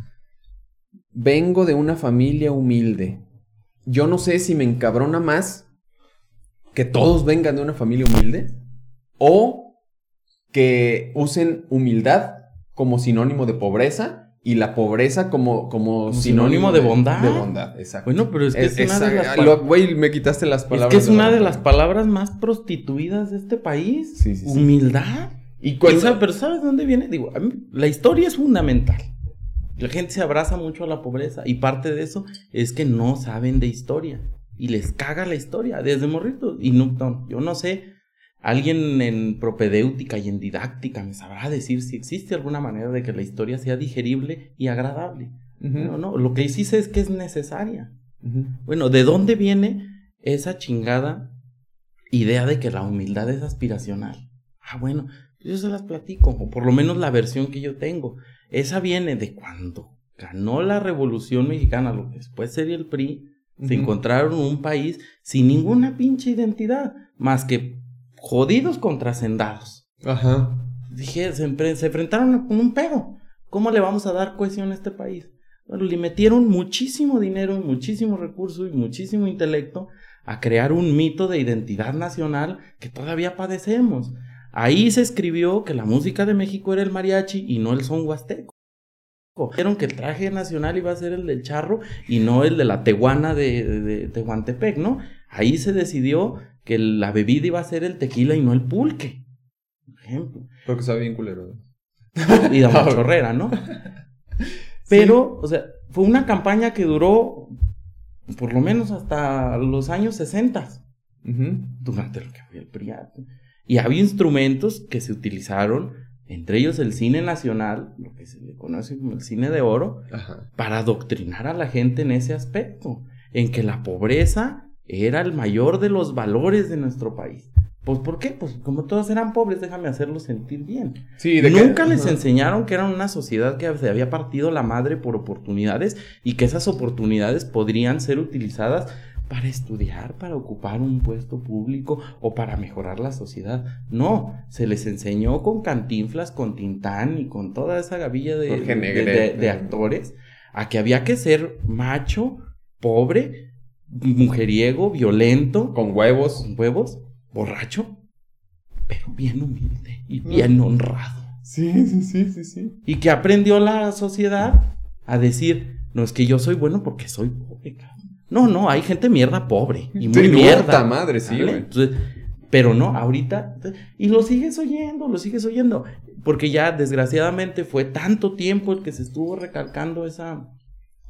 Vengo de una familia humilde. Yo no sé si me encabrona más que todos vengan de una familia humilde o que usen humildad como sinónimo de pobreza y la pobreza como, como, como sinónimo, sinónimo de, de bondad. De bondad, exacto. Bueno, pero es que es, es una esa, de las palabras... Güey, me quitaste las palabras. Es que es de una de las palabras más prostituidas de este país. Sí, sí, sí. Humildad. Y cuando... ¿Y sabe, pero ¿sabes de dónde viene? Digo, a mí, la historia es fundamental. La gente se abraza mucho a la pobreza y parte de eso es que no saben de historia y les caga la historia desde morritos. Y no, no, yo no sé, alguien en propedéutica y en didáctica me sabrá decir si existe alguna manera de que la historia sea digerible y agradable. Uh-huh. No, no, lo que sí sé es que es necesaria. Uh-huh. Bueno, ¿de dónde viene esa chingada idea de que la humildad es aspiracional? Ah, bueno, yo se las platico, o por lo menos la versión que yo tengo. Esa viene de cuando ganó la Revolución Mexicana, lo que después sería el P R I, uh-huh. se encontraron un país sin ninguna pinche identidad, más que jodidos contra hacendados. Ajá. Dije, se, se enfrentaron con un pedo. ¿Cómo le vamos a dar cohesión a este país? Bueno, le metieron muchísimo dinero, muchísimo recurso y muchísimo intelecto a crear un mito de identidad nacional que todavía padecemos. Ahí se escribió que la música de México era el mariachi y no el son huasteco. Dijeron que el traje nacional iba a ser el del charro y no el de la tehuana de, de, de Tehuantepec, ¿no? Ahí se decidió que la bebida iba a ser el tequila y no el pulque, por ejemplo. Porque sabe bien culero. Y da una chorrera, ¿no? Pero, sí. O sea, fue una campaña que duró por lo menos hasta los años sesenta, uh-huh. durante lo que fue el P R I. Y había instrumentos que se utilizaron, entre ellos el cine nacional, lo que se le conoce como el cine de oro, ajá. para adoctrinar a la gente en ese aspecto, en que la pobreza era el mayor de los valores de nuestro país. Pues, ¿por qué? Pues como todos eran pobres, déjame hacerlos sentir bien. Sí, de Nunca que... les ajá. enseñaron que era una sociedad que se había partido la madre por oportunidades y que esas oportunidades podrían ser utilizadas para estudiar, para ocupar un puesto público o para mejorar la sociedad. No, se les enseñó con Cantinflas, con Tintán y con toda esa gavilla de, de, de, de, de actores a que había que ser macho, pobre, mujeriego, violento, con huevos, con huevos, borracho, pero bien humilde y bien honrado. Sí, sí, sí, sí, sí. Y que aprendió la sociedad a decir, no, es que yo soy bueno porque soy pobre, cabrón. No, no, hay gente mierda pobre y muy sí, mierda. madre, sí, güey. Entonces, pero no, ahorita, y lo sigues oyendo, lo sigues oyendo, porque ya desgraciadamente fue tanto tiempo el que se estuvo recalcando esa,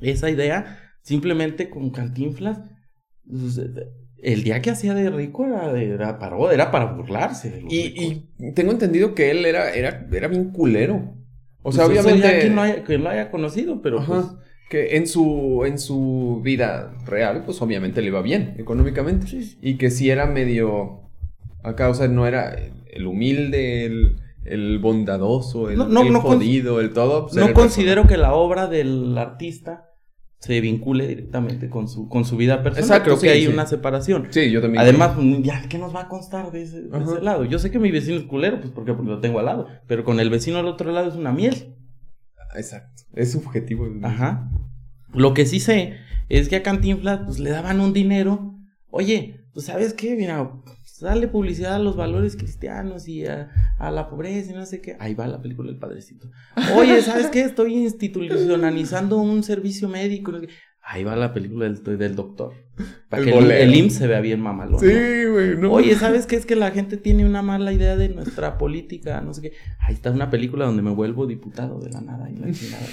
esa idea, simplemente con Cantinflas, el día que hacía de rico era, de, era, para, era para burlarse de los y, ricos. Y tengo entendido que él era, era, era bien culero. O sea, pues obviamente... Eso ya quien lo haya, quien lo haya conocido, pero Ajá, pues... que en su, en su vida real, pues obviamente le iba bien económicamente. Sí. Y que sí era medio... Acá, o sea, no era el humilde, el, el bondadoso, el, no, no, el no jodido, el todo. Pues no considero que la obra del artista se vincule directamente con su, con su vida personal. Exacto, Creo sí, que hay sí. una separación. Sí, yo también. Además, creo. ya, ¿qué nos va a constar de ese, de Ajá. ese lado? Yo sé que mi vecino es culero, pues porque, porque lo tengo al lado. Pero con el vecino al otro lado es una miel. Exacto. Es subjetivo. Ajá. Lo que sí sé es que a Cantinflas pues, le daban un dinero. Oye, pues ¿sabes qué? Mira, dale publicidad a los valores cristianos y a, a la pobreza y no sé qué. Ahí va la película del Padrecito. Oye, ¿sabes qué? Estoy institucionalizando un servicio médico. No sé qué. Ahí va la película del, del doctor. Para el que el, el I M S S se vea bien mamalón. Sí, güey. ¿no? No. Oye, ¿sabes qué? Es que la gente tiene una mala idea de nuestra política, no sé qué. Ahí está una película donde me vuelvo diputado de la nada y la chingada.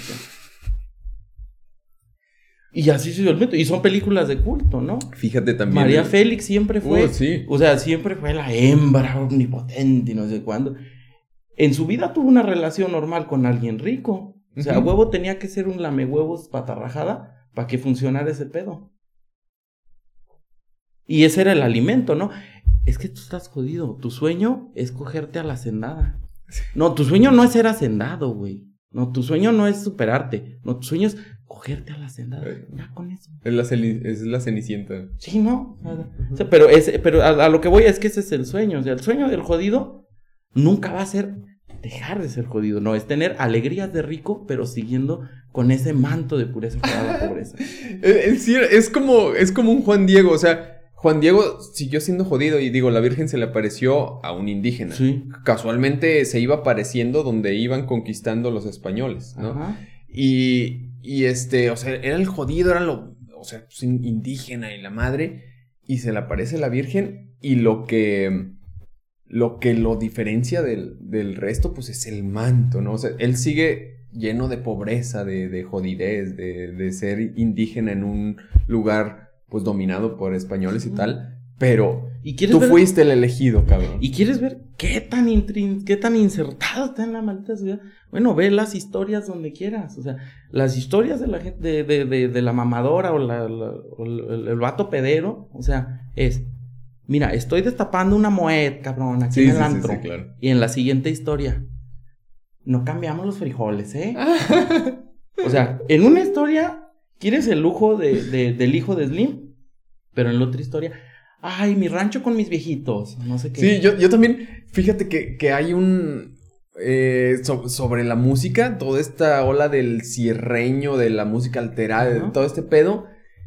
Y así se olvidó. Y son películas de culto, ¿no? Fíjate también. María el... Félix siempre fue. Uh, sí. O sea, siempre fue la hembra omnipotente y no sé cuándo. En su vida tuvo una relación normal con alguien rico. O sea, uh-huh. Huevo tenía que ser un lamehuevos patarrajada para que funcionara ese pedo. Y ese era el alimento, ¿no? Es que tú estás jodido. Tu sueño es cogerte a la hacendada. No, tu sueño no es ser hacendado, güey. No, tu sueño no es superarte. No, tu sueño es cogerte a la hacendada. Ya con eso. Es la, celi- es la cenicienta. Sí, ¿no? O sea, pero es, pero a, a lo que voy es que ese es el sueño. O sea, el sueño del jodido nunca va a ser dejar de ser jodido. No, es tener alegrías de rico, pero siguiendo con ese manto de pureza que da la pobreza. es, es, como, es como un Juan Diego. O sea, Juan Diego siguió siendo jodido y digo, la Virgen se le apareció a un indígena. Sí. Casualmente se iba apareciendo donde iban conquistando los españoles, ¿no? Ajá. Y, y este, o sea, era el jodido, era lo, o sea, pues, indígena y la madre, y se le aparece la Virgen y lo que, lo que lo diferencia del, del resto, pues es el manto, ¿no? O sea, él sigue lleno de pobreza, de, de jodidez, de, de ser indígena en un lugar pues dominado por españoles y tal, pero ¿Y quieres tú ver... fuiste el elegido, cabrón. ¿Y quieres ver qué tan intrin... qué tan insertado está en la maldita ciudad? Bueno, ve las historias donde quieras, o sea, las historias de la gente, de, de, de, de la mamadora o, la, la, o el, el vato pedero, o sea, es, mira, estoy destapando una moed, cabrón, aquí sí, en el sí, antro, sí, sí, claro. Y en la siguiente historia, no cambiamos los frijoles, ¿eh? O sea, en una historia quieres el lujo de, de, del hijo de Slim, pero en la otra historia, ay, mi rancho con mis viejitos, no sé qué. Sí, yo, yo también, fíjate que, que hay un, eh, so, sobre la música, toda esta ola del cierreño, de la música alterada, uh-huh. de todo este pedo,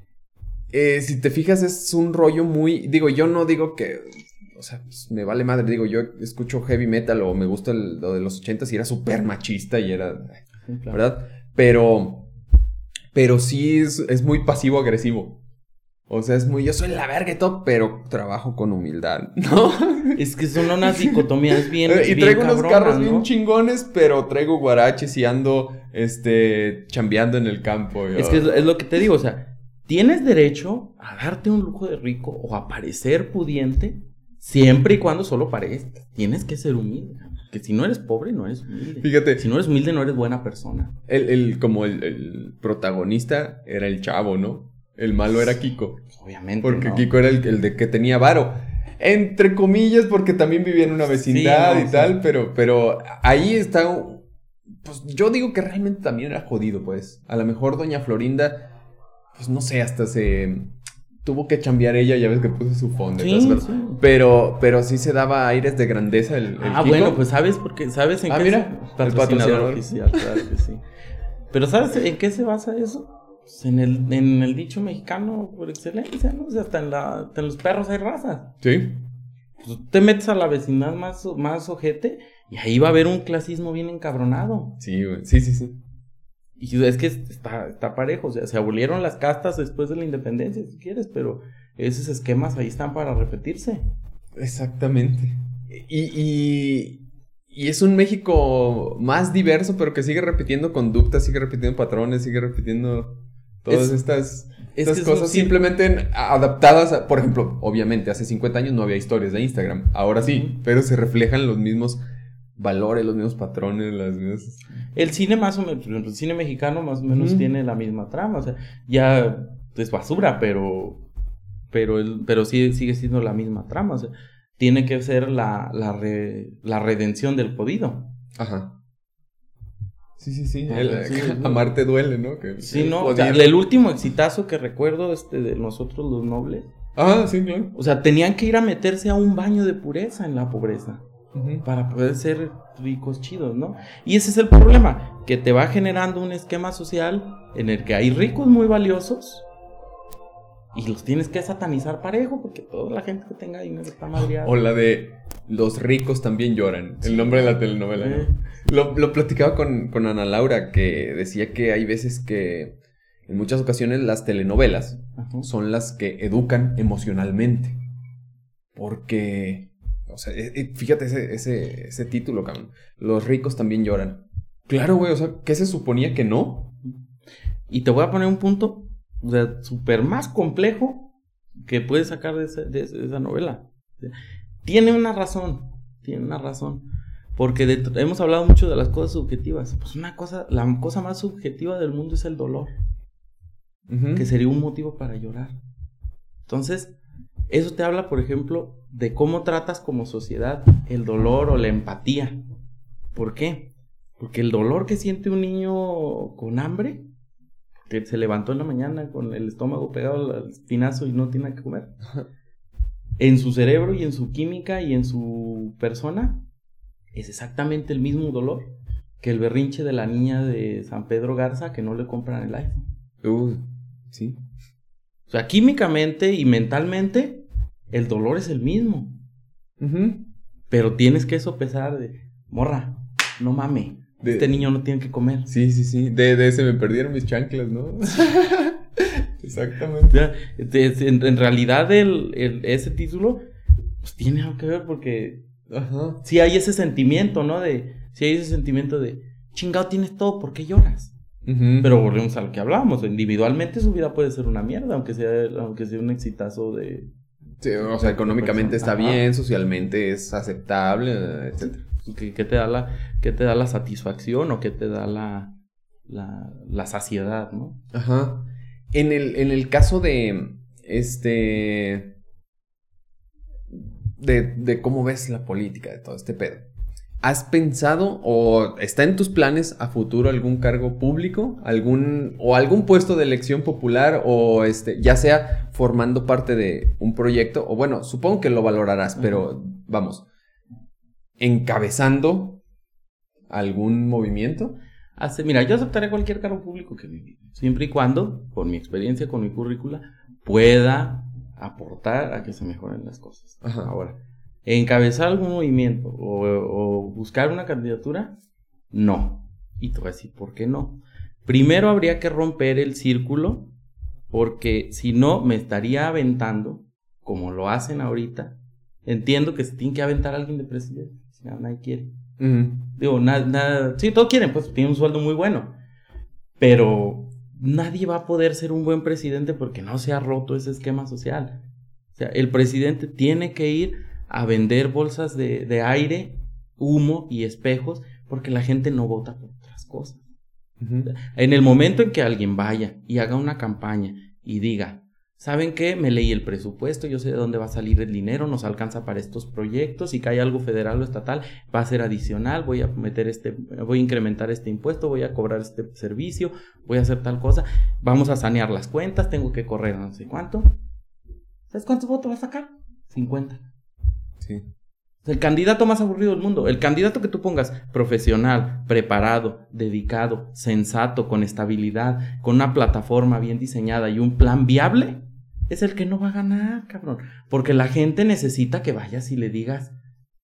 eh, si te fijas es un rollo muy, digo, yo no digo que, o sea, pues, me vale madre, digo, yo escucho heavy metal o me gusta el, lo de los ochentas y era súper machista y era, sí, claro. ¿verdad? Pero... Pero sí es, es muy pasivo-agresivo. O sea, es muy... Yo soy la verga y todo, pero trabajo con humildad, ¿no? Es que son unas dicotomías bien Y bien traigo cabronas, unos carros ¿no? bien chingones, pero traigo guaraches y ando, este... chambeando en el campo. Yo. Es que es, es lo que te digo, o sea... Tienes derecho a darte un lujo de rico o a parecer pudiente... Siempre y cuando solo parezcas. Tienes que ser humilde. Que si no eres pobre, no eres humilde. Fíjate. Si no eres humilde, no eres buena persona. El, el, como el, el protagonista era el chavo, ¿no? El malo era Kiko. Obviamente, Porque no. Kiko era el, el de que tenía varo. Entre comillas, porque también vivía en una vecindad sí, no, y sí. tal. Pero, pero ahí está... Pues yo digo que realmente también era jodido, pues. A lo mejor doña Florinda... Pues no sé, hasta se... Tuvo que chambear ella, ya ves que puso su fondo. Sí, sí. Pero, pero sí se daba aires de grandeza el, el Ah, Kiko. bueno, pues sabes porque sabes en ah, qué mira, se... patrocinador, patrocinador oficial, claro que sí. Pero ¿sabes en qué se basa eso? Pues en el, en el dicho mexicano por excelencia, ¿no? O sea, hasta en, la, hasta en los perros hay razas. Sí. Pues te metes a la vecindad más, más ojete y ahí va a haber un clasismo bien encabronado. Sí, güey. Sí, sí, sí. Y es que está, está parejo, o sea, se abolieron las castas después de la independencia, si quieres, pero esos esquemas ahí están para repetirse. Exactamente. Y, y, y es un México más diverso, pero que sigue repitiendo conductas, sigue repitiendo patrones, sigue repitiendo Todas Es- estas, es estas que es cosas un círculo. simplemente en- adaptadas a, por ejemplo, obviamente hace cincuenta años no había historias de Instagram, ahora sí, Ujú. pero se reflejan los mismos valores, los mismos patrones, las mismas... El cine más o menos, por ejemplo, el cine mexicano más o menos Ujú. tiene la misma trama, o sea, ya es basura, pero pero el, pero sí sigue siendo la misma trama, o sea, tiene que ser la la, re- la redención del jodido. Ajá. Sí, sí, sí. Ajá, El- sí, sí. amarte duele, ¿no? Que, Sí, el no, o sea, jodido. el último exitazo que recuerdo este de nosotros los nobles, Ah, sí, claro. o sea, tenían que ir a meterse a un baño de pureza en la pobreza Ujú. para poder ser ricos chidos, ¿no? Y ese es el problema, que te va generando un esquema social en el que hay ricos muy valiosos y los tienes que satanizar parejo porque toda la gente que tenga dinero está madreada. O la de los ricos también lloran, el nombre de la telenovela, ¿no? Eh, Lo, lo platicaba con, con Ana Laura, que decía que hay veces que en muchas ocasiones las telenovelas ajá. son las que educan emocionalmente. Porque, o sea, eh, eh, fíjate ese, ese, ese título, cabrón. Los ricos también lloran. Claro, güey, o sea, ¿qué se suponía que no? Y te voy a poner un punto, o sea, súper más complejo que puedes sacar de, ese- de ese- de esa novela. O sea, tiene una razón, tiene una razón. Porque de- hemos hablado mucho de las cosas subjetivas. Pues una cosa, la cosa más subjetiva del mundo es el dolor, Ujú. que sería un motivo para llorar. Entonces, eso te habla, por ejemplo, de cómo tratas como sociedad el dolor o la empatía. ¿Por qué? Porque el dolor que siente un niño con hambre, que se levantó en la mañana con el estómago pegado al espinazo y no tiene nada que comer, en su cerebro y en su química y en su persona, es exactamente el mismo dolor que el berrinche de la niña de San Pedro Garza que no le compran el iPhone. Uh, sí. O sea, químicamente y mentalmente, el dolor es el mismo. Ujú. Pero tienes que sopesar de, morra, no mame, De- este niño no tiene que comer. Sí, sí, sí. De, de ese me perdieron mis chanclas, ¿no? Exactamente. O sea, de- en, en realidad el, el- ese título pues, tiene algo que ver porque Ajá. si hay ese sentimiento, ¿no? De, si hay ese sentimiento de, chingado tienes todo, ¿por qué lloras? Ujú. Pero volvemos a lo que hablábamos, individualmente su vida puede ser una mierda, aunque sea, aunque sea un exitazo de... Sí, o sea, económicamente está Ajá. bien, socialmente es aceptable, etcétera. que, que te da la, que te da la satisfacción o que te da la, la, la saciedad, ¿no? Ajá. En el, en el caso de, este, de, de cómo ves la política, de todo este pedo, ¿has pensado o está en tus planes a futuro algún cargo público, algún, o algún puesto de elección popular, o este, ya sea formando parte de un proyecto, o bueno, supongo que lo valorarás, pero vamos, encabezando algún movimiento? Hace, mira, yo aceptaré cualquier cargo público que me invite, siempre y cuando, con mi experiencia, con mi currícula, pueda aportar a que se mejoren las cosas. Ajá. Ahora, encabezar algún movimiento o, o buscar una candidatura, no. Y te voy a decir por qué no. Primero habría que romper el círculo, porque si no me estaría aventando, como lo hacen ahorita. Entiendo que se tiene que aventar a alguien de presidente, si no, nadie quiere. Uh-huh. Digo, nada, nada, sí, todos quieren, pues tiene un sueldo muy bueno, pero nadie va a poder ser un buen presidente porque no se ha roto ese esquema social. O sea, el presidente tiene que ir a vender bolsas de, de aire, humo y espejos porque la gente no vota por otras cosas. Uh-huh. En el momento en que alguien vaya y haga una campaña y diga, ¿saben qué? Me leí el presupuesto, yo sé de dónde va a salir el dinero, nos alcanza para estos proyectos, y que hay algo federal o estatal, va a ser adicional, voy a meter este, voy a incrementar este impuesto, voy a cobrar este servicio, voy a hacer tal cosa, vamos a sanear las cuentas, tengo que correr no sé cuánto. ¿Sabes cuántos votos va a sacar? cincuenta. Sí. El candidato más aburrido del mundo, el candidato que tú pongas profesional, preparado, dedicado, sensato, con estabilidad, con una plataforma bien diseñada y un plan viable, es el que no va a ganar, cabrón. Porque la gente necesita que vayas y le digas,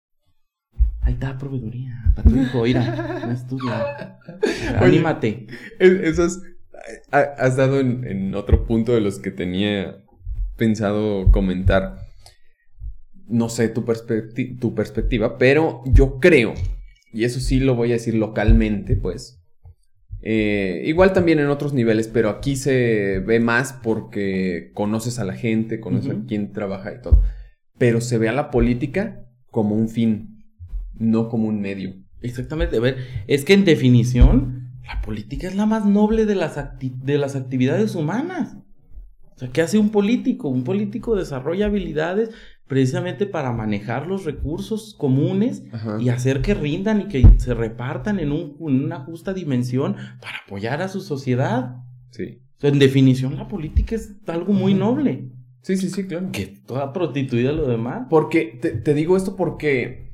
ahí está proveeduría, para tu hijo, mira, no estudia, anímate. Eso es, has dado en, en otro punto de los que tenía pensado comentar. No sé tu, perspecti- tu perspectiva, pero yo creo, y eso sí lo voy a decir localmente, pues, Eh, igual también en otros niveles, pero aquí se ve más porque conoces a la gente, conoces uh-huh. a quién trabaja y todo. Pero se ve a la política como un fin, no como un medio. Exactamente. A ver, es que en definición, la política es la más noble de las, acti- de las actividades humanas. O sea, ¿qué hace un político? Un político desarrolla habilidades precisamente para manejar los recursos comunes Ajá. y hacer que rindan y que se repartan en, un, en una justa dimensión para apoyar a su sociedad. Sí. O sea, en definición, la política es algo muy Ajá. noble. Sí, sí, sí, claro. Que toda prostituida lo demás. Porque, te, te digo esto porque,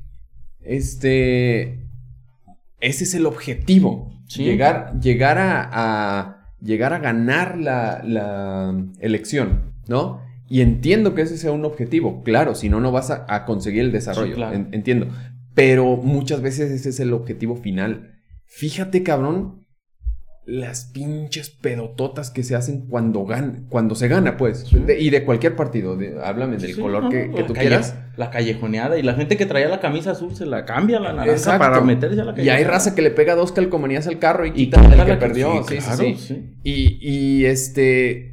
este, ese es el objetivo. Sí. Llegar, llegar a, a, llegar a ganar la, la elección, ¿no? Y entiendo que ese sea un objetivo, claro, si no, no vas a, a conseguir el desarrollo, sí, claro. en, entiendo. Pero muchas veces ese es el objetivo final. Fíjate, cabrón, las pinches pedototas que se hacen cuando gana, cuando se gana, pues. Sí. De, y de cualquier partido, de, háblame del sí, color no, que, que tú calle, quieras. La callejoneada, y la gente que traía la camisa azul se la cambia a la naranja Exacto. para meterse a la callejoneada. Y hay raza que le pega dos calcomanías al carro y, y quita el que perdió. Sí, claro, sí, sí. sí. Y, y este...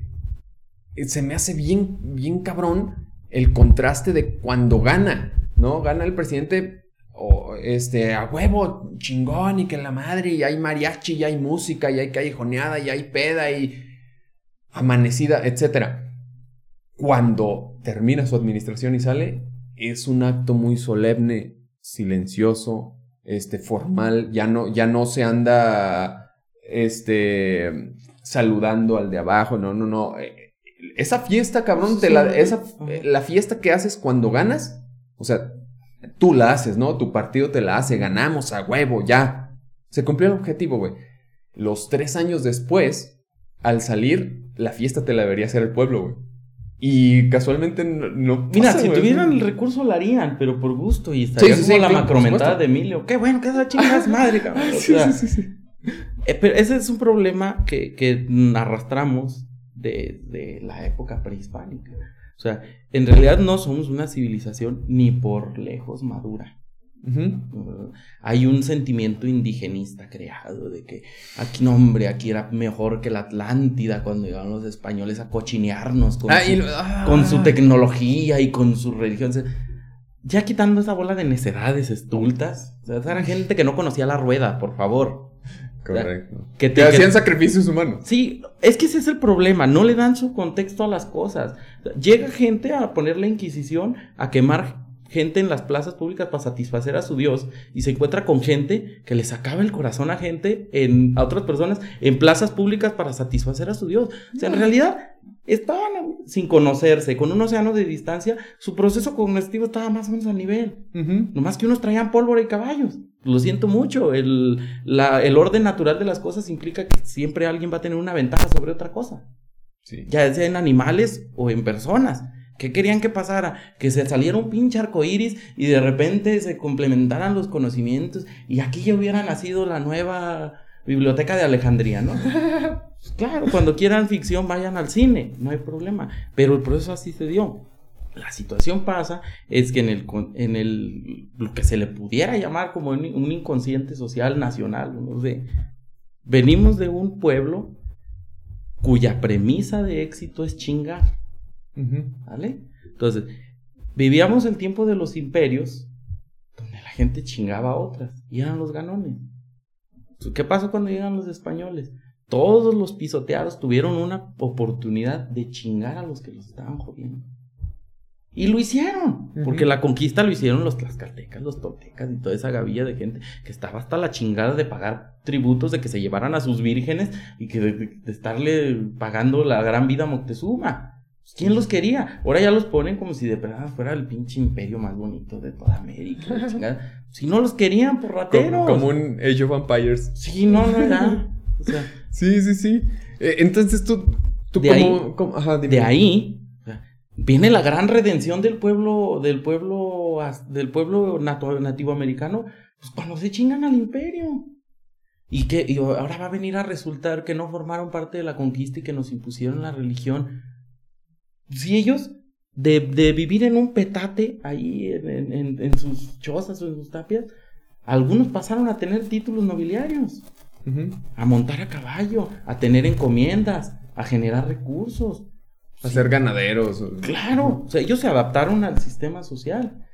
se me hace bien, bien cabrón el contraste de cuando gana, ¿no? Gana el presidente o este, a huevo, chingón, y que la madre, y hay mariachi, y hay música, y hay callejoneada, y hay peda, y amanecida, etcétera. Cuando termina su administración y sale, es un acto muy solemne, silencioso, este, formal, ya no, ya no se anda, este, saludando al de abajo, no, no, no, esa fiesta, cabrón, te la, esa, la fiesta que haces cuando ganas, o sea, tú la haces, ¿no? Tu partido te la hace, ganamos a huevo, ya. Se cumplió el objetivo, güey. Los tres años después, al salir, la fiesta te la debería hacer el pueblo, güey. Y casualmente no, no Mira, pasa, si güey. tuvieran el recurso lo harían, pero por gusto. Y estaría sí, sí, como sí, la claro, macromentada de Emilio. Qué bueno que esa chingada es madre, cabrón. O sea, sí, sí, sí, sí. Eh, pero ese es un problema que, que arrastramos de, de la época prehispánica. O sea, en realidad no somos una civilización ni por lejos madura. Uh-huh. Hay un sentimiento indigenista creado de que aquí, no hombre, aquí era mejor que la Atlántida cuando llegaron los españoles a cochinearnos con, ah, su, lo, ah. con su tecnología y con su religión. Ya quitando esa bola de necedades estultas, o sea, era gente que no conocía la rueda, por favor. Correcto. Que, te, que hacían que, sacrificios humanos. Sí, es que ese es el problema, no le dan su contexto a las cosas. Llega gente a poner la Inquisición, a quemar gente en las plazas públicas para satisfacer a su Dios, y se encuentra con gente que le sacaba el corazón a gente, en, a otras personas, en plazas públicas para satisfacer a su Dios. O sea, en realidad, estaban sin conocerse, con un océano de distancia, su proceso cognitivo estaba más o menos al nivel. Uh-huh. Nomás que unos traían pólvora y caballos. Lo siento mucho, el, la, el orden natural de las cosas implica que siempre alguien va a tener una ventaja sobre otra cosa. Sí. Ya sea en animales o en personas. ¿Qué querían que pasara? Que se saliera un pinche arcoíris y de repente se complementaran los conocimientos y aquí ya hubiera nacido la nueva biblioteca de Alejandría, ¿no? Pues claro, cuando quieran ficción vayan al cine, no hay problema. Pero el proceso así se dio. La situación pasa es que en el, en el lo que se le pudiera llamar como un, un inconsciente social nacional, no sé, venimos de un pueblo cuya premisa de éxito es chingar. Uh-huh. ¿Vale? Entonces, vivíamos el tiempo de los imperios donde la gente chingaba a otras y eran los ganones. ¿Qué pasó cuando llegan los españoles? Todos los pisoteados tuvieron una oportunidad de chingar a los que los estaban jodiendo. Y lo hicieron, uh-huh. porque la conquista lo hicieron los tlaxcaltecas, los toltecas y toda esa gavilla de gente que estaba hasta la chingada de pagar tributos, de que se llevaran a sus vírgenes y que de, de estarle pagando la gran vida a Moctezuma. ¿Quién los quería? Ahora ya los ponen como si de verdad fuera el pinche imperio más bonito de toda América. Si no los querían por rateros. Como, como un Age of Empires. Sí, no, no era. O sea, sí, sí, sí. Eh, entonces tú, tú de como, ahí, como ajá, de ahí o sea, viene la gran redención del pueblo, del pueblo, del pueblo nativo, nativo americano, pues cuando se chingan al imperio. Y que y ahora va a venir a resultar que no formaron parte de la conquista y que nos impusieron la religión. Si ellos, de, de vivir en un petate ahí en, en, en sus chozas o en sus tapias, algunos pasaron a tener títulos nobiliarios. Uh-huh. A montar a caballo, a tener encomiendas, a generar recursos. A ser ganaderos. Claro, o sea, ellos se adaptaron al sistema social.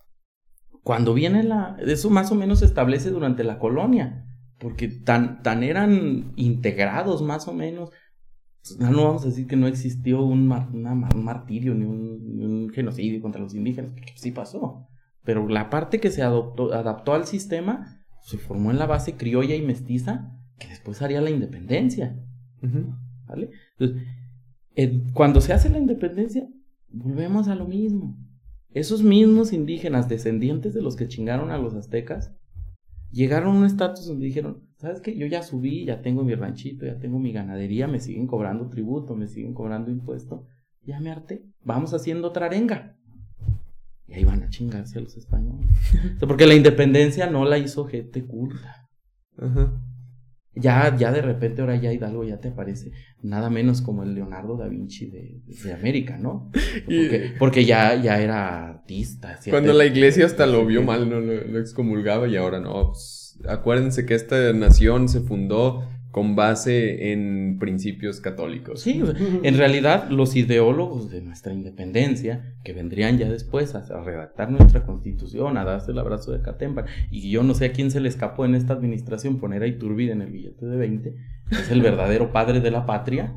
Cuando viene la... Eso más o menos se establece durante la colonia, porque tan, tan eran integrados más o menos. No, no vamos a decir que no existió un, mar, una, un martirio ni un, ni un genocidio contra los indígenas, porque sí pasó. Pero la parte que se adoptó, adaptó al sistema se formó en la base criolla y mestiza, que después haría la independencia. Uh-huh. ¿Vale? Entonces, eh, cuando se hace la independencia, volvemos a lo mismo. Esos mismos indígenas descendientes de los que chingaron a los aztecas, llegaron a un estatus donde dijeron, ¿sabes qué? Yo ya subí, ya tengo mi ranchito, ya tengo mi ganadería, me siguen cobrando tributo, me siguen cobrando impuesto, ya me harté, vamos haciendo otra arenga. Y ahí van a chingarse a los españoles. O sea, porque la independencia no la hizo gente culta. Uh-huh. Ya, ya de repente ahora ya Hidalgo ya te aparece nada menos como el Leonardo da Vinci de, de América, ¿no? Porque, porque ya, ya era artista. Cuando la iglesia hasta lo vio mal, ¿no? Lo, lo excomulgaba y ahora no. Pues, acuérdense que esta nación se fundó con base en principios católicos. Sí, en realidad los ideólogos de nuestra independencia, que vendrían ya después a, a redactar nuestra constitución, a darse el abrazo de Catempa, y yo no sé a quién se le escapó en esta administración poner a Iturbide en el billete de veinte, que es el verdadero padre de la patria,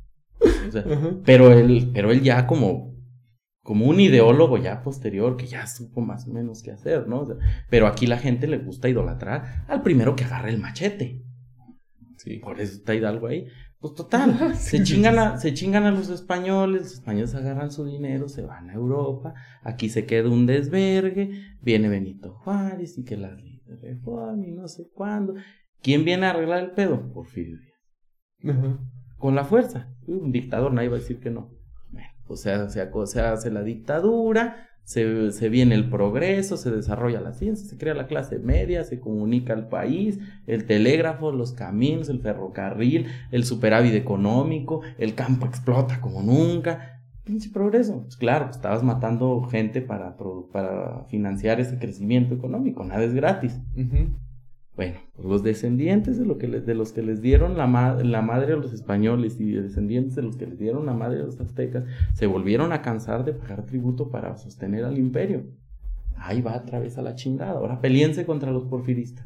o sea, uh-huh. pero, él, pero él ya como, como un ideólogo ya posterior, que ya supo más o menos qué hacer, ¿no? O sea, pero aquí la gente le gusta idolatrar al primero que agarre el machete. Sí. Por eso está Hidalgo ahí. Pues total, sí, se chingan a, se chingan a los españoles, los españoles agarran su dinero, se van a Europa, aquí se queda un desvergue, viene Benito Juárez y que la ley de reforma y no sé cuándo. ¿Quién viene a arreglar el pedo? Porfirio Díaz. Uh-huh. Con la fuerza. Un dictador, nadie va a decir que no. Bueno, o sea, se, se hace la dictadura, Se, se viene el progreso, se desarrolla la ciencia, se crea la clase media, se comunica al país, el telégrafo, los caminos, el ferrocarril, el superávit económico, el campo explota como nunca. Pinche progreso. Pues claro, pues estabas matando gente para, para financiar ese crecimiento económico, nada es gratis. Uh-huh. Bueno, pues los descendientes de, lo que les, de los que les dieron la, ma- la madre a los españoles y descendientes de los que les dieron la madre a los aztecas, se volvieron a cansar de pagar tributo para sostener al imperio. Ahí va otra vez a la chingada. Ahora peleense contra los porfiristas.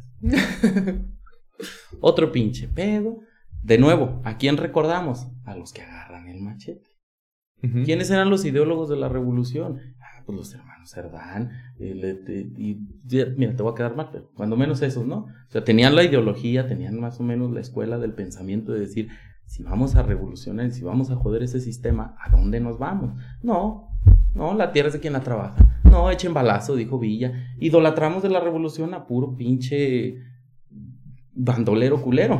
Otro pinche pedo. De nuevo, ¿a quién recordamos? A los que agarran el machete. Uh-huh. ¿Quiénes eran los ideólogos de la revolución? Pues los hermanos Cerdán, eh, le, te, y, mira, te voy a quedar mal, pero cuando menos esos, ¿no? O sea, tenían la ideología, tenían más o menos la escuela del pensamiento de decir, si vamos a revolucionar, si vamos a joder ese sistema, ¿a dónde nos vamos? No, no, la tierra es de quien la trabaja. No, echen balazo, dijo Villa. Idolatramos de la revolución a puro pinche bandolero culero.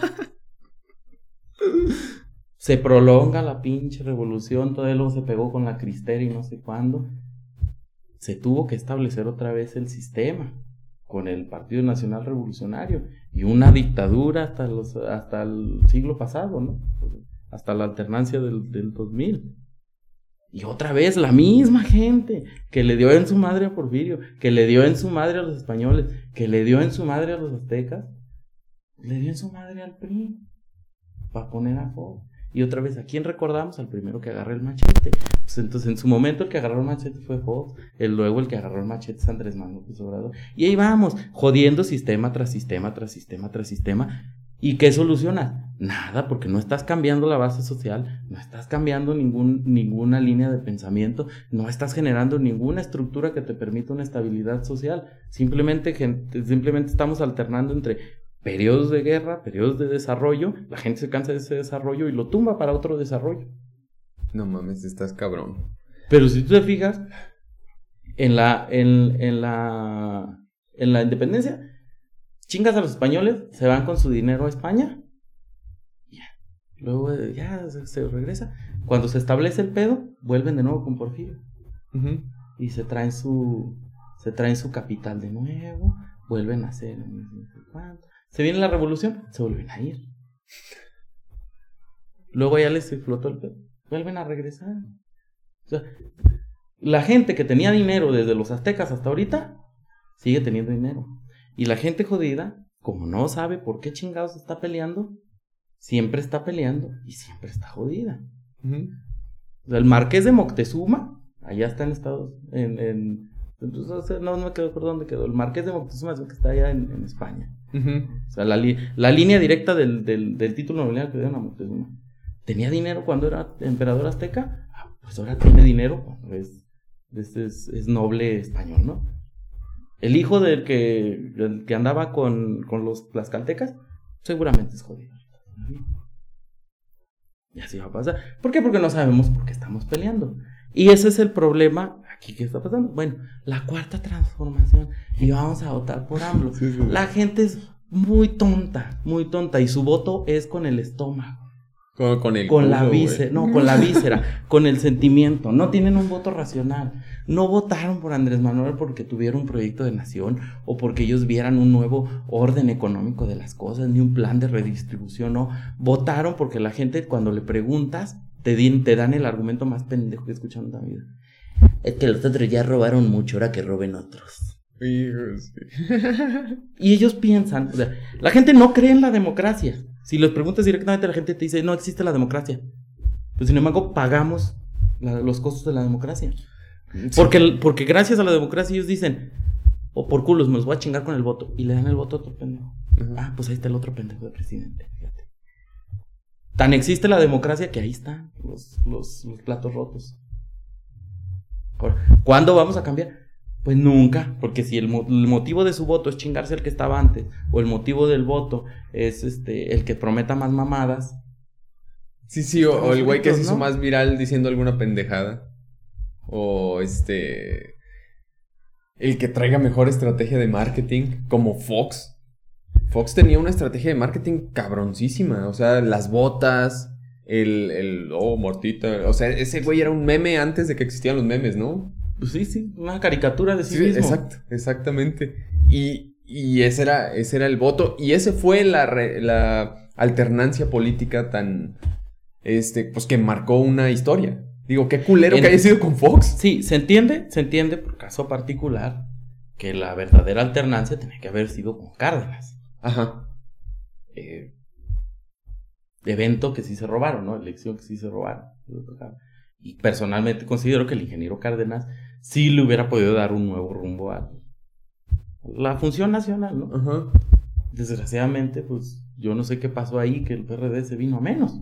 Se prolonga la pinche revolución, todavía luego se pegó con la cristera y no sé cuándo. Se tuvo que establecer otra vez el sistema con el Partido Nacional Revolucionario y una dictadura hasta los hasta el siglo pasado, ¿no? Hasta la alternancia del, del dos mil. Y otra vez la misma gente que le dio en su madre a Porfirio, que le dio en su madre a los españoles, que le dio en su madre a los aztecas, le dio en su madre al P R I para poner a Fox. Y otra vez, ¿a quién recordamos? Al primero que agarra el machete. Pues entonces, en su momento, el que agarró el machete fue Fox. El, luego, el que agarró el machete es Andrés Manuel López Obrador. Y ahí vamos, jodiendo sistema tras sistema, tras sistema, tras sistema. ¿Y qué solucionas? Nada, porque no estás cambiando la base social, no estás cambiando ningún, ninguna línea de pensamiento, no estás generando ninguna estructura que te permita una estabilidad social. Simplemente, simplemente estamos alternando entre periodos de guerra, periodos de desarrollo, la gente se cansa de ese desarrollo y lo tumba para otro desarrollo. No mames, estás cabrón. Pero si tú te fijas, en la, en, en la, en la independencia, chingas a los españoles, se van con su dinero a España, ya, luego ya se, se regresa. Cuando se establece el pedo, vuelven de nuevo con Porfirio. Uh-huh. Y se traen su, se traen su capital de nuevo, vuelven a hacer no sé cuánto. Se viene la revolución, se vuelven a ir. Luego ya les explotó el pedo, vuelven a regresar. O sea, la gente que tenía dinero desde los aztecas hasta ahorita, sigue teniendo dinero. Y la gente jodida, como no sabe por qué chingados está peleando, siempre está peleando y siempre está jodida. Uh-huh. O sea, el Marqués de Moctezuma, allá está en Estados en, en entonces, no, no me quedo por dónde quedó. El Marqués de Moctezuma es el que está allá en, en España. Uh-huh. O sea, la, li, la línea directa del, del, del título nobiliario que dieron a Moctezuma. ¿Tenía dinero cuando era emperador azteca? Ah, pues ahora tiene dinero cuando es, es, es, es noble español, ¿no? El hijo del que, del que andaba con, con los tlaxcaltecas, seguramente es jodido. Y así va a pasar. ¿Por qué? Porque no sabemos por qué estamos peleando. Y ese es el problema aquí que está pasando. Bueno, la cuarta transformación. Y vamos a votar por AMLO. Sí, sí. La gente es muy tonta, muy tonta. Y su voto es con el estómago. Con, con el Con culo, la víscera. No, con la víscera. Con el sentimiento. No tienen un voto racional. No votaron por Andrés Manuel porque tuviera un proyecto de nación o porque ellos vieran un nuevo orden económico de las cosas, ni un plan de redistribución, no. Votaron porque la gente, cuando le preguntas, te, di, te dan el argumento más pendejo que he escuchado en la vida. Es que los otros ya robaron mucho, ahora que roben otros. Hijos. Y ellos piensan, o sea, la gente no cree en la democracia. Si les preguntas directamente, la gente te dice, no existe la democracia. Pues sin embargo, pagamos la, los costos de la democracia. Sí. Porque, porque gracias a la democracia ellos dicen, o oh, por culos, me los voy a chingar con el voto. Y le dan el voto a otro pendejo. Uh-huh. Ah, pues ahí está el otro pendejo de presidente. Fíjate. Tan existe la democracia que ahí están los, los, los platos rotos. Ahora, ¿cuándo vamos a cambiar? Pues nunca, porque si el, mo- el motivo de su voto es chingarse el que estaba antes, o el motivo del voto es este el que prometa más mamadas. Sí, sí, o, o el güey que se hizo ¿no? más viral diciendo alguna pendejada. O este... el que traiga mejor estrategia de marketing, como Fox. Fox tenía una estrategia de marketing cabroncísima. O sea, las botas, el... el oh, Mortita. O sea, ese güey era un meme antes de que existían los memes, ¿no? Pues sí, sí, una caricatura de sí, sí mismo. Exacto, exactamente. Y, y ese era, ese era el voto. Y ese fue la, re, la alternancia política tan... este, pues que marcó una historia. Digo, qué culero en, que haya sido con Fox. Sí, se entiende, se entiende por caso particular que la verdadera alternancia tenía que haber sido con Cárdenas. Ajá. Eh, evento que sí se robaron, ¿no? Elección que sí se robaron. Y personalmente considero que el ingeniero Cárdenas sí le hubiera podido dar un nuevo rumbo a la función nacional, ¿no? Ajá. Desgraciadamente, pues, yo no sé qué pasó ahí, que el P R D se vino a menos.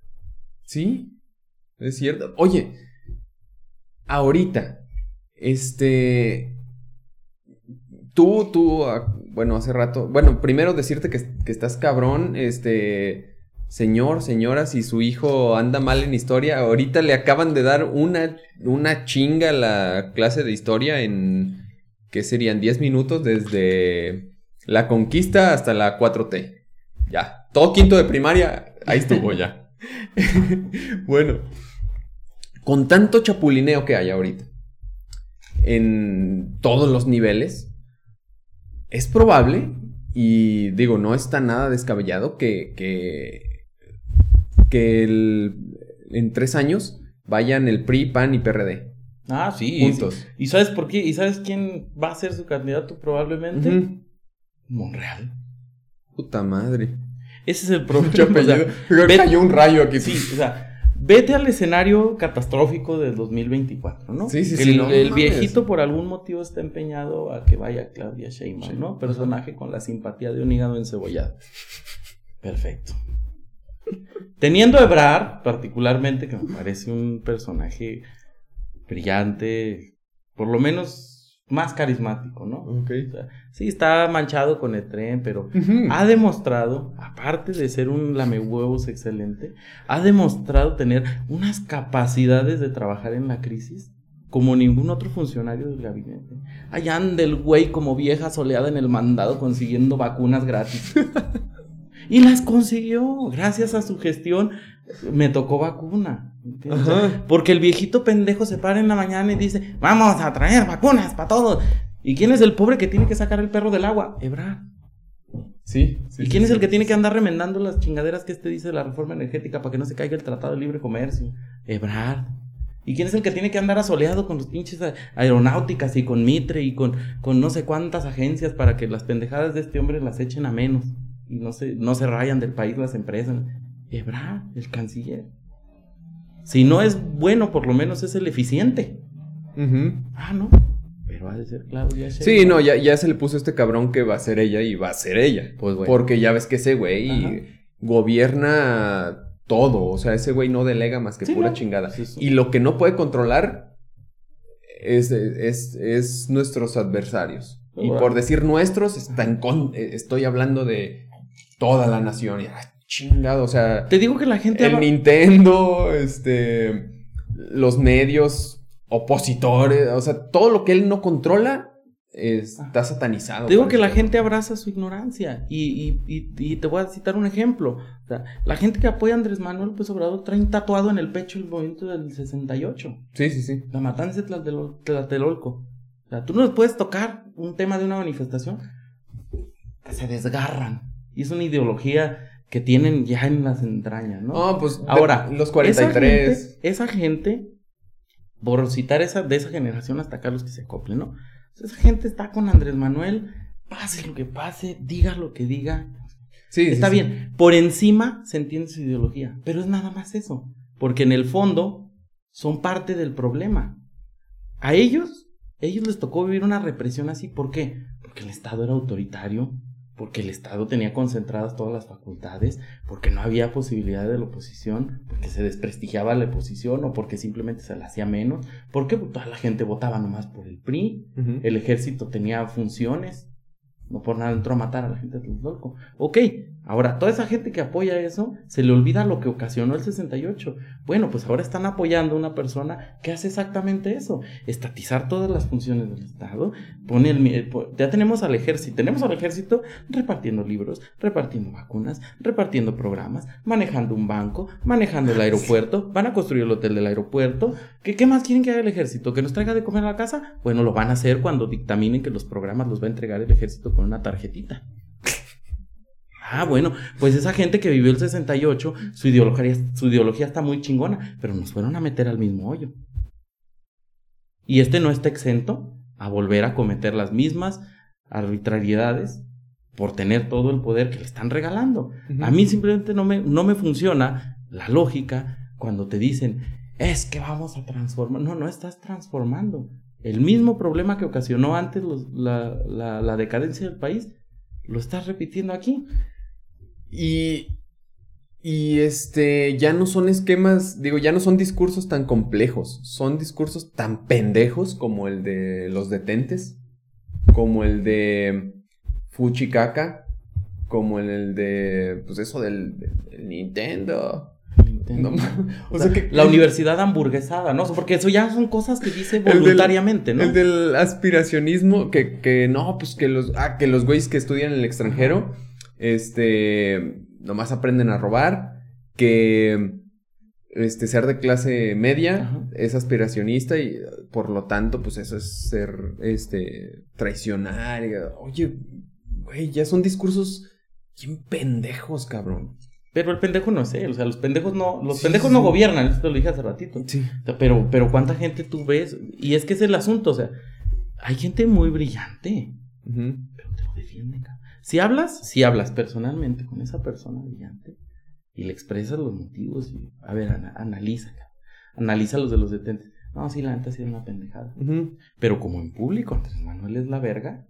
Sí. Es cierto. Oye, ahorita, este, tú, tú, bueno, hace rato, bueno, primero decirte que, que estás cabrón, este, señor, señora, si su hijo anda mal en historia, ahorita le acaban de dar una, una chinga a la clase de historia en, ¿qué serían? diez minutos desde la conquista hasta la cuatro T. Ya, todo quinto de primaria, ahí estuvo ya. Bueno. Con tanto chapulineo que hay ahorita, en todos los niveles, es probable, y digo, no está nada descabellado, que, que, que el, en tres años vayan el P R I, P A N y P R D. Ah, sí. Juntos. Sí. ¿Y sabes por qué? ¿Y sabes quién va a ser su candidato probablemente? Uh-huh. Monreal. Puta madre. Ese es el problema. O sea, vete, cayó un rayo aquí. Sí, o sea... Vete al escenario catastrófico del dos mil veinticuatro, ¿no? Sí, sí, el, sí. No, el no viejito mames. Por algún motivo está empeñado a que vaya Claudia Sheinbaum, sí, ¿no? Personaje con la simpatía de un hígado encebollado. Perfecto. Teniendo a Ebrard, particularmente, que me parece un personaje brillante, por lo menos más carismático, ¿no? Okay. O sea, sí, está manchado con el tren, pero uh-huh. ha demostrado, aparte de ser un lamehuevos excelente, ha demostrado tener unas capacidades de trabajar en la crisis como ningún otro funcionario del gabinete. Allá anda el güey como vieja soleada en el mandado consiguiendo vacunas gratis. Y las consiguió, gracias a su gestión me tocó vacuna. Ajá. Porque el viejito pendejo se para en la mañana y dice, vamos a traer vacunas para todos. ¿Y quién es el pobre que tiene que sacar el perro del agua? Ebrard. Sí, sí. ¿Y quién sí, es el sí, que sí, tiene sí. que andar remendando las chingaderas que este dice de la reforma energética para que no se caiga el Tratado de Libre Comercio? Ebrard. ¿Y quién es el que tiene que andar asoleado con los pinches aeronáuticas y con Mitre y con, con no sé cuántas agencias para que las pendejadas de este hombre las echen a menos? Y no se, no se rayan del país las empresas. Ebrard, el canciller. Si no es bueno, por lo menos es el eficiente. Uh-huh. Ah, no. Pero ha de ser Claudia Sheinbaum. Sí, no, ya, ya se le puso este cabrón que va a ser ella y va a ser ella. Pues bueno. Porque ya ves que ese güey gobierna todo. O sea, ese güey no delega más que sí, pura no. chingada. Sí, sí. Y lo que no puede controlar es, es, es nuestros adversarios. Oh, y bueno. por decir nuestros, están con, estoy hablando de toda la nación. Y, ah, chingado, o sea... Te digo que la gente... El habla... Nintendo, este... Los medios opositores, o sea, todo lo que él no controla está satanizado. Te digo que la gente abraza su ignorancia. Y, y, y, y te voy a citar un ejemplo. O sea, la gente que apoya a Andrés Manuel López Obrador trae tatuado en el pecho el movimiento del sesenta y ocho. Sí, sí, sí. La matanza de Tlatelolco. O sea, tú no les puedes tocar un tema de una manifestación que se desgarran. Y es una ideología que tienen ya en las entrañas, ¿no? No, pues ahora, los cuarenta y tres. Esa gente, esa gente, por citar esa, de esa generación hasta acá los que se acoplen, ¿no? Esa gente está con Andrés Manuel, pase lo que pase, diga lo que diga. Sí, está sí, bien, sí. Por encima se entiende su ideología, pero es nada más eso, porque en el fondo son parte del problema. A ellos, ellos les tocó vivir una represión así, ¿por qué? Porque el Estado era autoritario, porque el Estado tenía concentradas todas las facultades, porque no había posibilidad de la oposición, porque se desprestigiaba la oposición o porque simplemente se la hacía menos, porque toda la gente votaba nomás por el P R I, uh-huh. El ejército tenía funciones, no por nada entró a matar a la gente de Tlatelolco. Ok, ahora toda esa gente que apoya eso, se le olvida lo que ocasionó el sesenta y ocho. Bueno, pues ahora están apoyando a una persona que hace exactamente eso, estatizar todas las funciones del Estado, pone el, ya tenemos al ejército, tenemos al ejército repartiendo libros, repartiendo vacunas, repartiendo programas, manejando un banco, manejando el aeropuerto, van a construir el hotel del aeropuerto. ¿Qué, qué más quieren que haga el ejército? ¿Que nos traiga de comer a la casa? Bueno, lo van a hacer cuando dictaminen que los programas los va a entregar el ejército con una tarjetita. Ah, bueno, pues esa gente que vivió el sesenta y ocho, su ideología, su ideología está muy chingona, pero nos fueron a meter al mismo hoyo. Y este no está exento a volver a cometer las mismas arbitrariedades por tener todo el poder que le están regalando. Uh-huh. A mí simplemente no me, no me funciona la lógica cuando te dicen, es que vamos a transformar. No, no estás transformando. El mismo problema que ocasionó antes los, la, la, la decadencia del país, lo estás repitiendo aquí. Y, y este, ya no son esquemas, digo, ya no son discursos tan complejos, son discursos tan pendejos como el de los detentes, como el de Fuchicaca, como el de, pues eso del, del Nintendo. No, o sea, que la universidad hamburguesada, ¿no? Porque eso ya son cosas que dice voluntariamente, el ¿no? del, el del aspiracionismo, que, que no, pues que los, ah, que los güeyes que estudian en el extranjero, este, nomás aprenden a robar, que, este, ser de clase media, ajá, es aspiracionista y por lo tanto, pues eso es ser, este, traicionario. Oye, güey, ya son discursos bien pendejos, cabrón. Pero el pendejo no es él, o sea, los pendejos no, los sí, pendejos sí. no gobiernan, eso te lo dije hace ratito. Sí. O sea, pero, pero cuánta gente tú ves, y es que es el asunto, o sea, hay gente muy brillante, uh-huh, pero te lo defienden, cabrón. Si hablas, si hablas personalmente con esa persona brillante, y le expresas los motivos, y, a ver, ana, analiza, cabrón, analiza los de los detentes. No, sí, la neta sí es una pendejada. Uh-huh. Pero como en público, Andrés Manuel es la verga,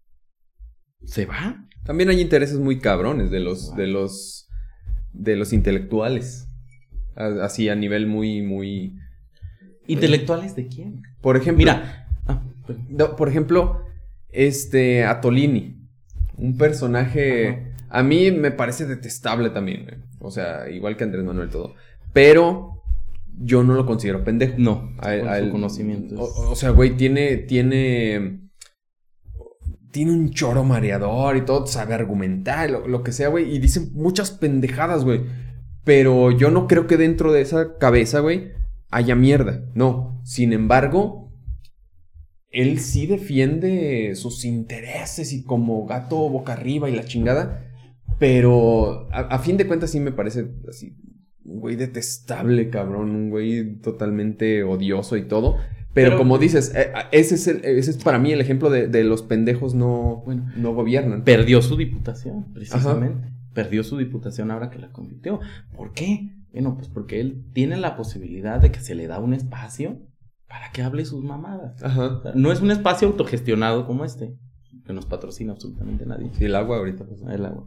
se va. También hay intereses muy cabrones de los, wow. de los... de los intelectuales, así a nivel muy, muy... ¿Intelectuales de quién? Por ejemplo... Mira, ah, no, por ejemplo, este, Atolini, un personaje, ajá, a mí me parece detestable también, ¿eh? O sea, igual que Andrés Manuel todo, pero yo no lo considero pendejo. No, a, por a su él, conocimiento. O, o sea, güey, tiene, tiene... Tiene un choro mareador y todo, sabe argumentar, lo, lo que sea, güey. Y dice muchas pendejadas, güey. Pero yo no creo que dentro de esa cabeza, güey, haya mierda. No. Sin embargo, él sí defiende sus intereses y como gato boca arriba y la chingada. Pero a, a fin de cuentas sí me parece así un güey detestable, cabrón, un güey totalmente odioso y todo. Pero, Pero como dices, eh, ese es, el, ese es para mí el ejemplo de, de los pendejos no, Bueno, no gobiernan. perdió su diputación, precisamente. Ajá. Perdió su diputación ahora que la convirtió. ¿Por qué? Bueno, pues porque él tiene la posibilidad de que se le da un espacio para que hable sus mamadas. Ajá. O sea, no es un espacio autogestionado como este, que nos patrocina absolutamente nadie. Sí, el agua ahorita. Pues. El agua.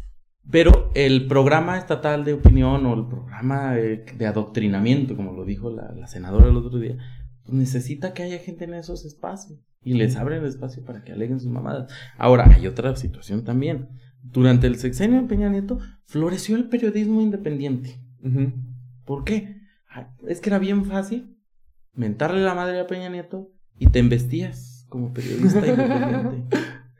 Pero el programa estatal de opinión o el programa de, de adoctrinamiento, como lo dijo la, la senadora el otro día, pues necesita que haya gente en esos espacios y les abren el espacio para que aleguen sus mamadas. Ahora, hay otra situación también. Durante el sexenio de Peña Nieto floreció el periodismo independiente. Uh-huh. ¿Por qué? Es que era bien fácil mentarle la madre a Peña Nieto y te embestías como periodista independiente.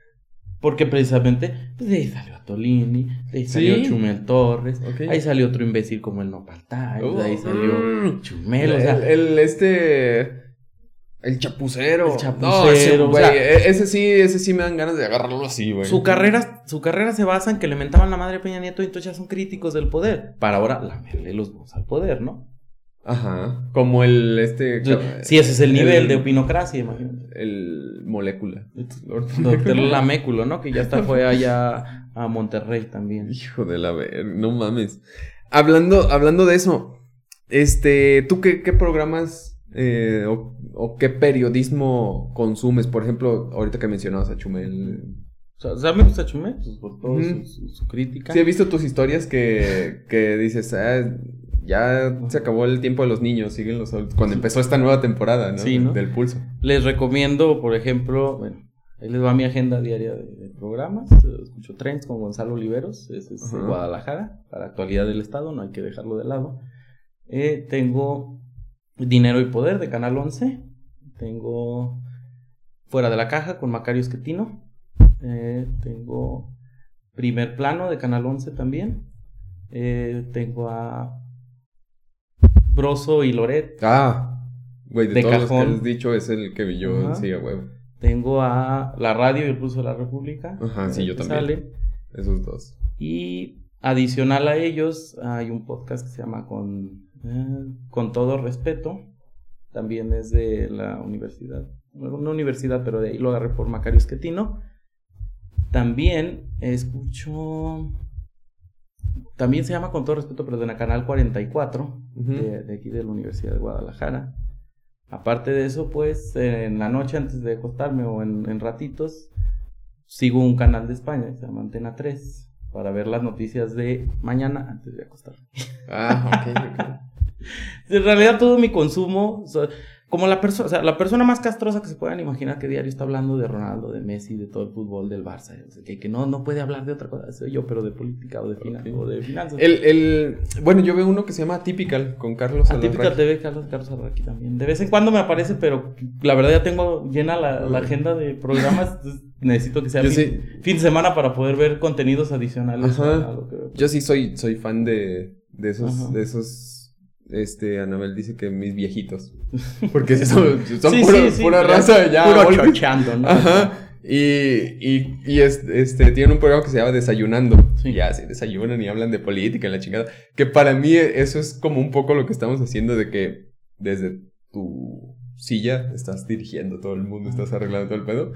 Porque precisamente pues, de ahí salió Tolini, de ahí salió ¿Sí? Chumel Torres, Okay. ahí salió otro imbécil como el Nopal Times, Oh. de ahí salió Chumel, El, o sea, el, el, este... El chapucero. El chapucero, No, ese, o güey, sea, ese sí, ese sí me dan ganas de agarrarlo así, güey. su carrera, su carrera se basa en que le mentaban la madre a Peña Nieto y entonces ya son críticos del poder. Para ahora lamerle los huevos al poder, ¿no? Ajá. Como el, este... Sí, ese es el nivel el, de opinocracia, imagínate. El molécula. Doctor Laméculo, ¿no? Que ya hasta fue allá a Monterrey también. Hijo de la ver, no mames. Hablando, hablando de eso, este, ¿tú qué, qué programas eh, o, o qué periodismo consumes? Por ejemplo, ahorita que mencionabas a Chumel. O sea, o sea me gusta Chumel, pues, por todo Ujú. su, su, su crítica. Sí, he visto tus historias que, que dices, ah, ya se acabó el tiempo de los niños, siguen los adultos. Cuando empezó esta nueva temporada, ¿no? Sí, ¿no? Del Pulso. Les recomiendo, por ejemplo, bueno, ahí les va mi agenda diaria de, de programas. Escucho Trends con Gonzalo Oliveros, ese es de Ajá. Guadalajara, para actualidad del estado, no hay que dejarlo de lado. Eh, tengo Dinero y Poder de Canal once. Tengo Fuera de la Caja con Macario Esquetino. Eh, tengo Primer Plano de Canal once también. Eh, tengo a Broso y Loret. Ah, güey, de, De todos los cajón. que has dicho es el que yo Ajá. sí, a huevo. Tengo a La Radio y el Pulso de la República. Ajá, sí, eh, yo que también. sale. Esos dos. Y adicional a ellos, hay un podcast que se llama Con, eh, Con Todo Respeto. También es de la universidad. Bueno, no universidad, pero de ahí lo agarré por Macario Esquetino. También escucho... También se llama Con Todo Respeto, pero de la Canal cuarenta y cuatro, Uh-huh. de, de aquí de la Universidad de Guadalajara. Aparte de eso, pues, en la noche antes de acostarme o en, en ratitos, sigo un canal de España que se llama Antena tres para ver las noticias de mañana antes de acostarme. Ah, ok, ok. En realidad todo mi consumo, o sea, como la persona, o sea, la persona más castrosa que se puedan imaginar que diario está hablando de Ronaldo, de Messi, de todo el fútbol, del Barça, o sea, que, que no, no puede hablar de otra cosa, soy yo, pero de política o de, finan- Okay. o de finanzas. El, el, bueno, yo veo uno que se llama Atypical con Carlos Atípica Alarraqui. T V, Carlos, Carlos Arraqui también. De vez en cuando me aparece, pero la verdad ya tengo llena la, la agenda de programas. Entonces necesito que sea Yo fin, sí. fin de semana para poder ver contenidos adicionales. Ajá. A lo que veo. Yo sí soy, soy fan de, de esos, Ajá. de esos, este, Anabel dice que mis viejitos. Porque sí son, son Sí, pura, sí, sí, pura ya, raza ya. Puro old- chochando, ¿no? Ajá. Y, y, y es- este, tienen un programa que se llama Desayunando. Sí. Y ya, sí, desayunan y hablan de política y la chingada. Que para mí eso es como un poco lo que estamos haciendo de que desde tu silla estás dirigiendo todo el mundo, estás arreglando todo el pedo.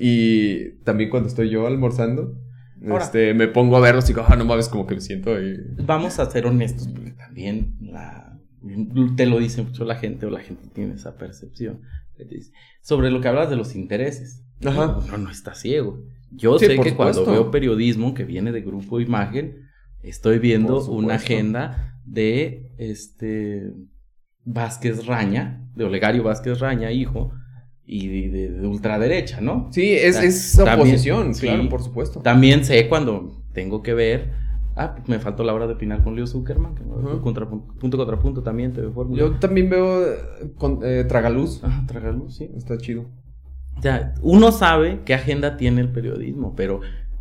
Y también cuando estoy yo almorzando, Ahora. este, me pongo a verlos y digo, ah, no mames, como que me siento ahí. Vamos a ser honestos, porque también la, te lo dice mucho la gente, o la gente tiene esa percepción. que te dice, sobre lo que hablas de los intereses. Ajá. No, no está ciego. Yo Sí, sé por que cuando supuesto. veo periodismo que viene de Grupo Imagen, estoy viendo Por supuesto. una agenda de este Vázquez Raña, de Olegario Vázquez Raña, hijo, y de, de- de ultraderecha, ¿no? Sí, es, O sea, es también- oposición, sí. claro, por supuesto. También sé cuando tengo que ver. Ah, pues me faltó la hora de opinar con Leo Zuckerman, que no, Ajá. contrapunto, punto contra punto también, T V Fórmula. Yo también veo eh, con, eh, Tragaluz. Ah, Tragaluz, sí. Está chido. O sea, uno sabe qué agenda tiene el periodismo, pero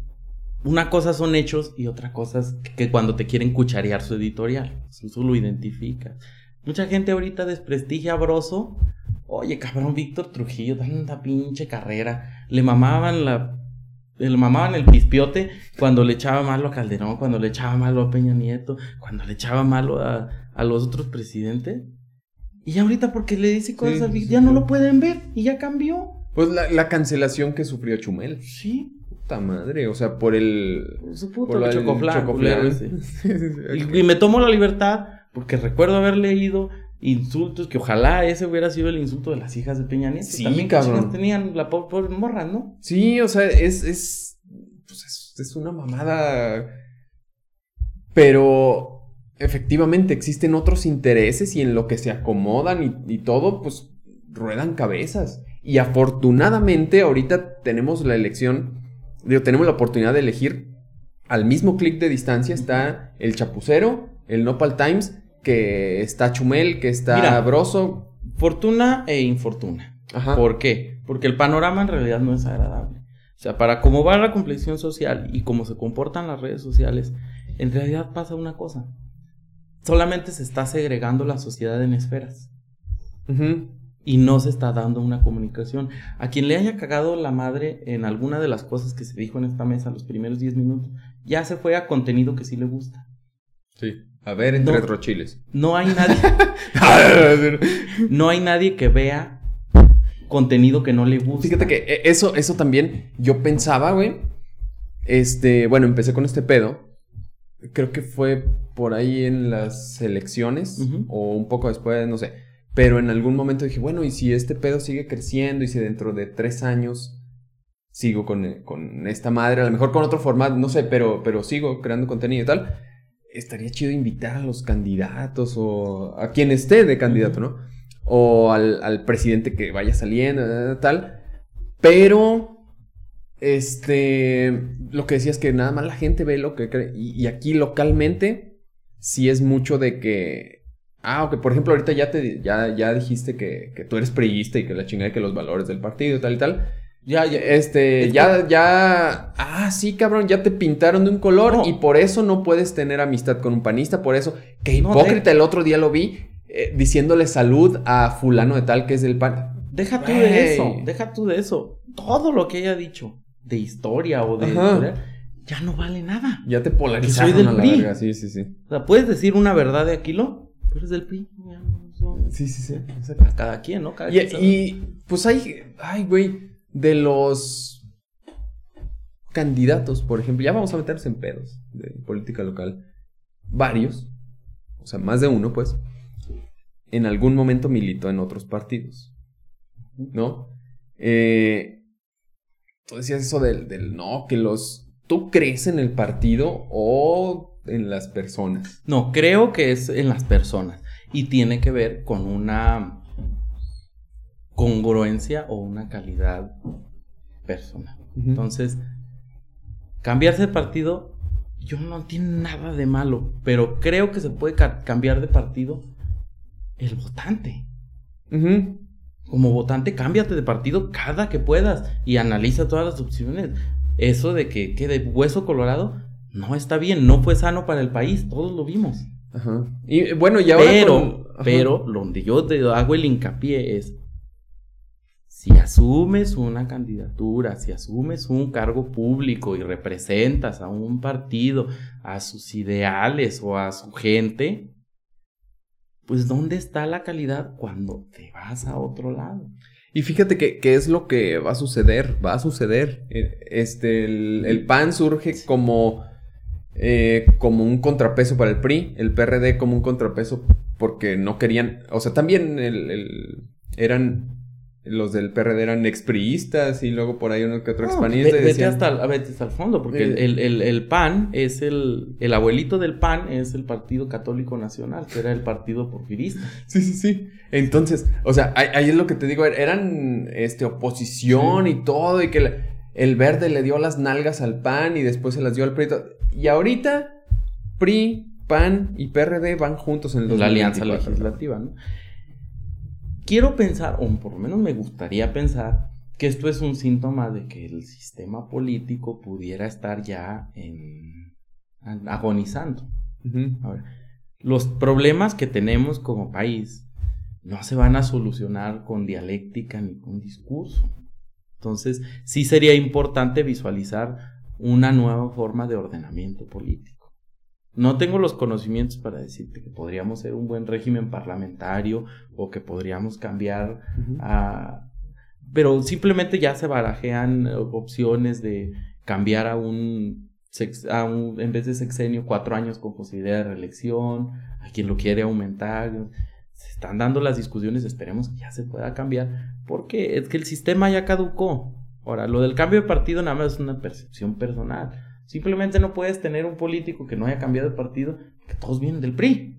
una cosa son hechos y otra cosa es que, que cuando te quieren cucharear su editorial, eso lo identifica. Mucha gente ahorita desprestigia a Broso. Oye, cabrón, Víctor Trujillo, tanta pinche carrera. Le mamaban la le mamaban el pispiote cuando le echaba malo a Calderón, cuando le echaba malo a Peña Nieto, cuando le echaba malo a, a los otros presidentes. Y ahorita porque le dice cosas Sí, al Vic, sí, ya sí. no lo pueden ver y ya cambió. Pues la, la cancelación que sufrió Chumel. Sí. Puta madre, o sea, por el... Su puto por la- el el chocoflan, chocoflan. culero ese. Y, y me tomo la libertad porque recuerdo haber leído insultos que ojalá ese hubiera sido el insulto de las hijas de Peña Nieto. Sí, También que cabrón. chingas tenían la po- pobre morra, ¿no? Sí, o sea, es, es, pues es, es una mamada. Pero efectivamente existen otros intereses y en lo que se acomodan y, y todo, pues ruedan cabezas. Y afortunadamente ahorita tenemos la elección, digo, tenemos la oportunidad de elegir al mismo clic de distancia. Está el Chapucero, el Nopal Times, que está Chumel, que está Mira. Broso. Fortuna e infortuna. Ajá. ¿Por qué? Porque el panorama en realidad no es agradable. O sea, para cómo va la complexión social y cómo se comportan las redes sociales, en realidad pasa una cosa. Solamente se está segregando la sociedad en esferas. Ujú. Y no se está dando una comunicación. A quien le haya cagado la madre en alguna de las cosas que se dijo en esta mesa los primeros diez minutos, ya se fue a contenido que sí le gusta. Sí. A ver, entre No. retrochiles. No hay nadie, no hay nadie que vea contenido que no le gusta. Fíjate que eh, eso, eso también yo pensaba, güey. Este, bueno, empecé con este pedo. Creo que fue por ahí en las elecciones. Ujú. O un poco después, no sé. Pero en algún momento dije, bueno, ¿y si este pedo sigue creciendo? Y si dentro de tres años sigo con, eh, con esta madre, a lo mejor con otro formato, no sé, pero, pero sigo creando contenido y tal. Estaría chido invitar a los candidatos o a quien esté de candidato, ¿no? O al, al presidente que vaya saliendo, eh, tal. Pero, este, lo que decía es que nada más la gente ve lo que cree. Y, y aquí localmente, sí es mucho de que, ah, ok, por ejemplo, ahorita ya te ya, ya dijiste que, que tú eres priista y que la chingada, que los valores del partido, tal y tal. Ya, ya. Este, Es ya, ya, ah, sí, cabrón, ya te pintaron de un color No. y por eso no puedes tener amistad con un panista, por eso, qué No, hipócrita, el otro día lo vi eh, diciéndole salud a fulano de tal que es del pan. Deja tú Güey. de eso, deja tú de eso. Todo lo que haya dicho de historia o de Ajá. editorial, ya no vale nada. Ya te polarizaron Soy del a la P R I. verga, sí, sí, sí. O sea, puedes decir una verdad de Aquilo, pero eres del P R I. Ya, no, Sí, sí, sí. no, cada quien, ¿no? Cada Y, quien sabe. y, pues hay, ay, güey, de los candidatos, por ejemplo, ya vamos a meternos en pedos de política local. Varios, o sea, más de uno, pues, en algún momento militó en otros partidos, ¿no? Eh, tú decías eso del, del no, que los... ¿Tú crees en el partido o en las personas? No, creo que es en las personas y tiene que ver con una congruencia o una calidad personal. Ujú. Entonces, cambiarse de partido, yo no tiene nada de malo, pero creo que se puede ca- cambiar de partido el votante. Ujú. Como votante, cámbiate de partido cada que puedas y analiza todas las opciones. Eso de que quede hueso colorado no está bien, no fue sano para el país, todos lo vimos. Ajá. Y bueno, y ahora Pero, con- ajá. pero, donde yo te hago el hincapié es, si asumes una candidatura, si asumes un cargo público y representas a un partido, a sus ideales o a su gente, pues ¿dónde está la calidad cuando te vas a otro lado? Y fíjate que, que es lo que va a suceder, va a suceder. Eh, Este, el, el P A N surge como, eh, como un contrapeso para el P R I, el P R D como un contrapeso porque no querían, o sea, también el, el- eran, los del P R D eran expriistas y luego por ahí uno que otro No, expanista. ve- y vete, decían- hasta, el- vete hasta el fondo, porque Eh. el, el, el P A N es el, el abuelito del P A N es el Partido Católico Nacional, que era el partido porfirista. Sí, sí, sí. Entonces, o sea, ahí, ahí es lo que te digo, er- eran este, oposición Sí. y todo, y que la- el verde le dio las nalgas al P A N y después se las dio al P R I. Y ahorita, P R I, P A N y P R D van juntos en el La alianza dos mil veinticuatro. legislativa, ¿no? Quiero pensar, o por lo menos me gustaría pensar, que esto es un síntoma de que el sistema político pudiera estar ya en, agonizando. Ujú. Ahora, los problemas que tenemos como país no se van a solucionar con dialéctica ni con discurso. Entonces, sí sería importante visualizar una nueva forma de ordenamiento político. No tengo los conocimientos para decirte que podríamos ser un buen régimen parlamentario o que podríamos cambiar uh-huh. a... Pero simplemente ya se barajean opciones de cambiar a un, sex, a un, en vez de sexenio, cuatro años con posibilidad de reelección, a quien lo quiere aumentar. Se están dando las discusiones, esperemos que ya se pueda cambiar, porque es que el sistema ya caducó. Ahora, lo del cambio de partido nada más es una percepción personal. Simplemente no puedes tener un político que no haya cambiado de partido, porque todos vienen del P R I.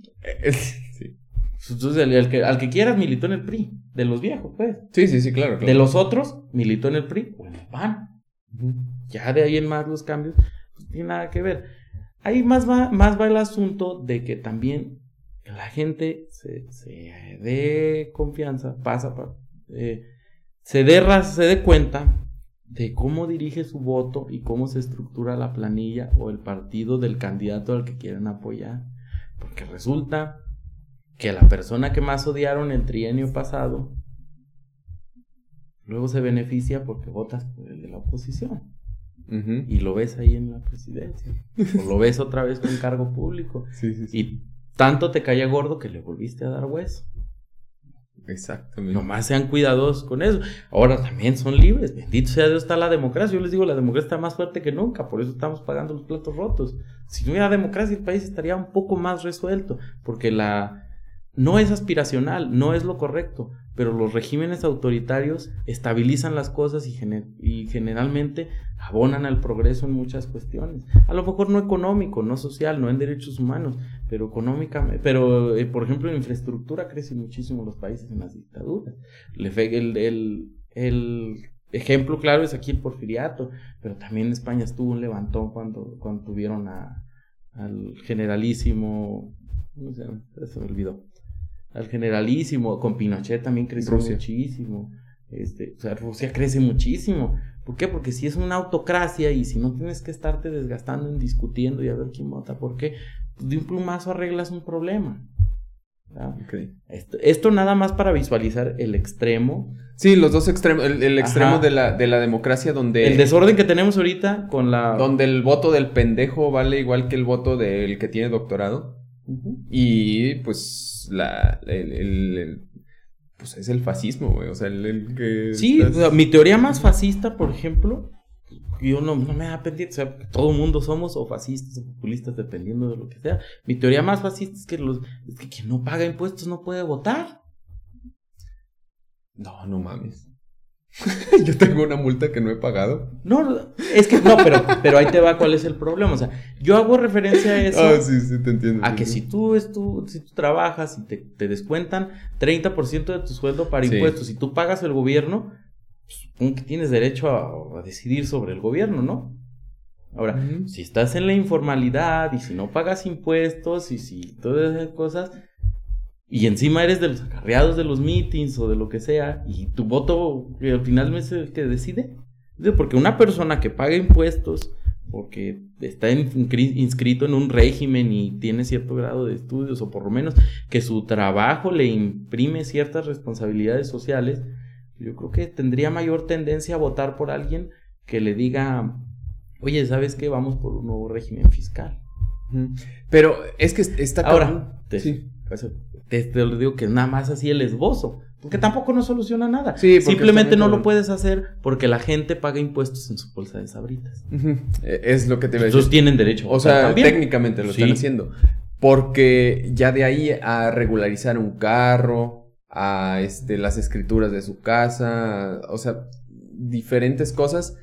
Sí. Entonces, el, el que, al que quieras militó en el P R I, de los viejos, pues. Sí, sí, sí, claro, claro. De los otros, militó en el P R I o en el P A N. Uh-huh. Ya de ahí en más los cambios, pues no tiene nada que ver. Ahí más va, más va el asunto de que también la gente se, se dé confianza, pasa, eh, se dé se dé cuenta de cómo dirige su voto y cómo se estructura la planilla o el partido del candidato al que quieren apoyar. Porque resulta que la persona que más odiaron el trienio pasado luego se beneficia porque votas por el de la oposición. Uh-huh. Y lo ves ahí en la presidencia. O lo ves otra vez con cargo público. Sí, sí, sí. Y tanto te caía gordo que le volviste a dar hueso. Exactamente. Nomás sean cuidadosos con eso. Ahora también son libres. Bendito sea Dios, está la democracia. Yo les digo, la democracia está más fuerte que nunca. Por eso estamos pagando los platos rotos. Si no hubiera democracia, el país estaría un poco más resuelto. Porque la... no es aspiracional, no es lo correcto. Pero los regímenes autoritarios estabilizan las cosas y, gener- y generalmente abonan al progreso en muchas cuestiones. A lo mejor no económico, no social, no en derechos humanos, pero económicamente. Pero, eh, por ejemplo, en infraestructura crecen muchísimo los países en las dictaduras. El, el, el ejemplo claro es aquí el porfiriato, pero también España estuvo un levantón cuando, cuando tuvieron a, al generalísimo... ¿Cómo se llama? Se me olvidó. Al generalísimo, con Pinochet también creció Rusia. muchísimo. Este, o sea, Rusia crece muchísimo. ¿Por qué? Porque si es una autocracia y si no tienes que estarte desgastando en discutiendo y a ver quién vota, ¿por qué? Pues de un plumazo arreglas un problema. Okay. Esto, esto nada más para visualizar el extremo. Sí, los dos extremos, el, el extremo de la, de la democracia donde... El desorden que tenemos ahorita con la... Donde el voto del pendejo vale igual que el voto del que tiene doctorado. Uh-huh. Y pues la el, el, el pues es el fascismo, güey. O sea, el, el que sí, estás... o sea, mi teoría más fascista, por ejemplo, yo no, no me da pendiente, o sea, todo el mundo somos o fascistas o populistas dependiendo de lo que sea. Mi teoría más fascista es que los es que quien no paga impuestos no puede votar. No, no mames. Yo tengo una multa que no he pagado. No, es que no, pero, pero ahí te va cuál es el problema. O sea, yo hago referencia a eso. Ah, sí, sí, te entiendo. A que si tú, es tú, si tú trabajas y te, te descuentan treinta por ciento de tu sueldo para sí. impuestos y tú pagas el gobierno, pues, supongo que tienes derecho a, a decidir sobre el gobierno, ¿no? Ahora, uh-huh. si estás en la informalidad y si no pagas impuestos y si todas esas cosas... Y encima eres de los acarreados de los meetings o de lo que sea, y tu voto al final es el que decide. Porque una persona que paga impuestos, porque está inscrito en un régimen y tiene cierto grado de estudios, o por lo menos que su trabajo le imprime ciertas responsabilidades sociales, yo creo que tendría mayor tendencia a votar por alguien que le diga, oye, ¿sabes qué? Vamos por un nuevo régimen fiscal. Pero es que está... Ahora, te, sí. Te, te lo digo que nada más así el esbozo, porque tampoco no soluciona nada. Sí, simplemente no lo puedes hacer porque la gente paga impuestos en su bolsa de Sabritas. Uh-huh. Es lo que te voy a decir. Ellos tienen derecho. O sea, también. técnicamente lo sí. están haciendo. Porque ya de ahí a regularizar un carro, a este, las escrituras de su casa, o sea, diferentes cosas.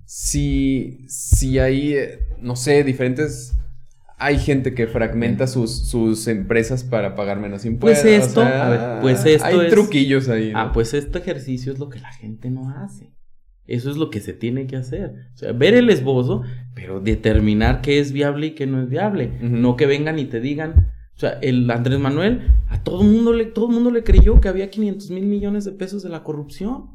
Si, si hay, no sé, diferentes... Hay gente que fragmenta sus, sus empresas para pagar menos impuestos. Pues esto, o sea, a ver, pues esto hay es, truquillos ahí, ¿no? Ah, pues este ejercicio es lo que la gente no hace. Eso es lo que se tiene que hacer. O sea, ver el esbozo, pero determinar qué es viable y qué no es viable. Uh-huh. No que vengan y te digan. O sea, el Andrés Manuel, a todo el mundo le, todo el mundo le creyó que había quinientos mil millones de pesos de la corrupción.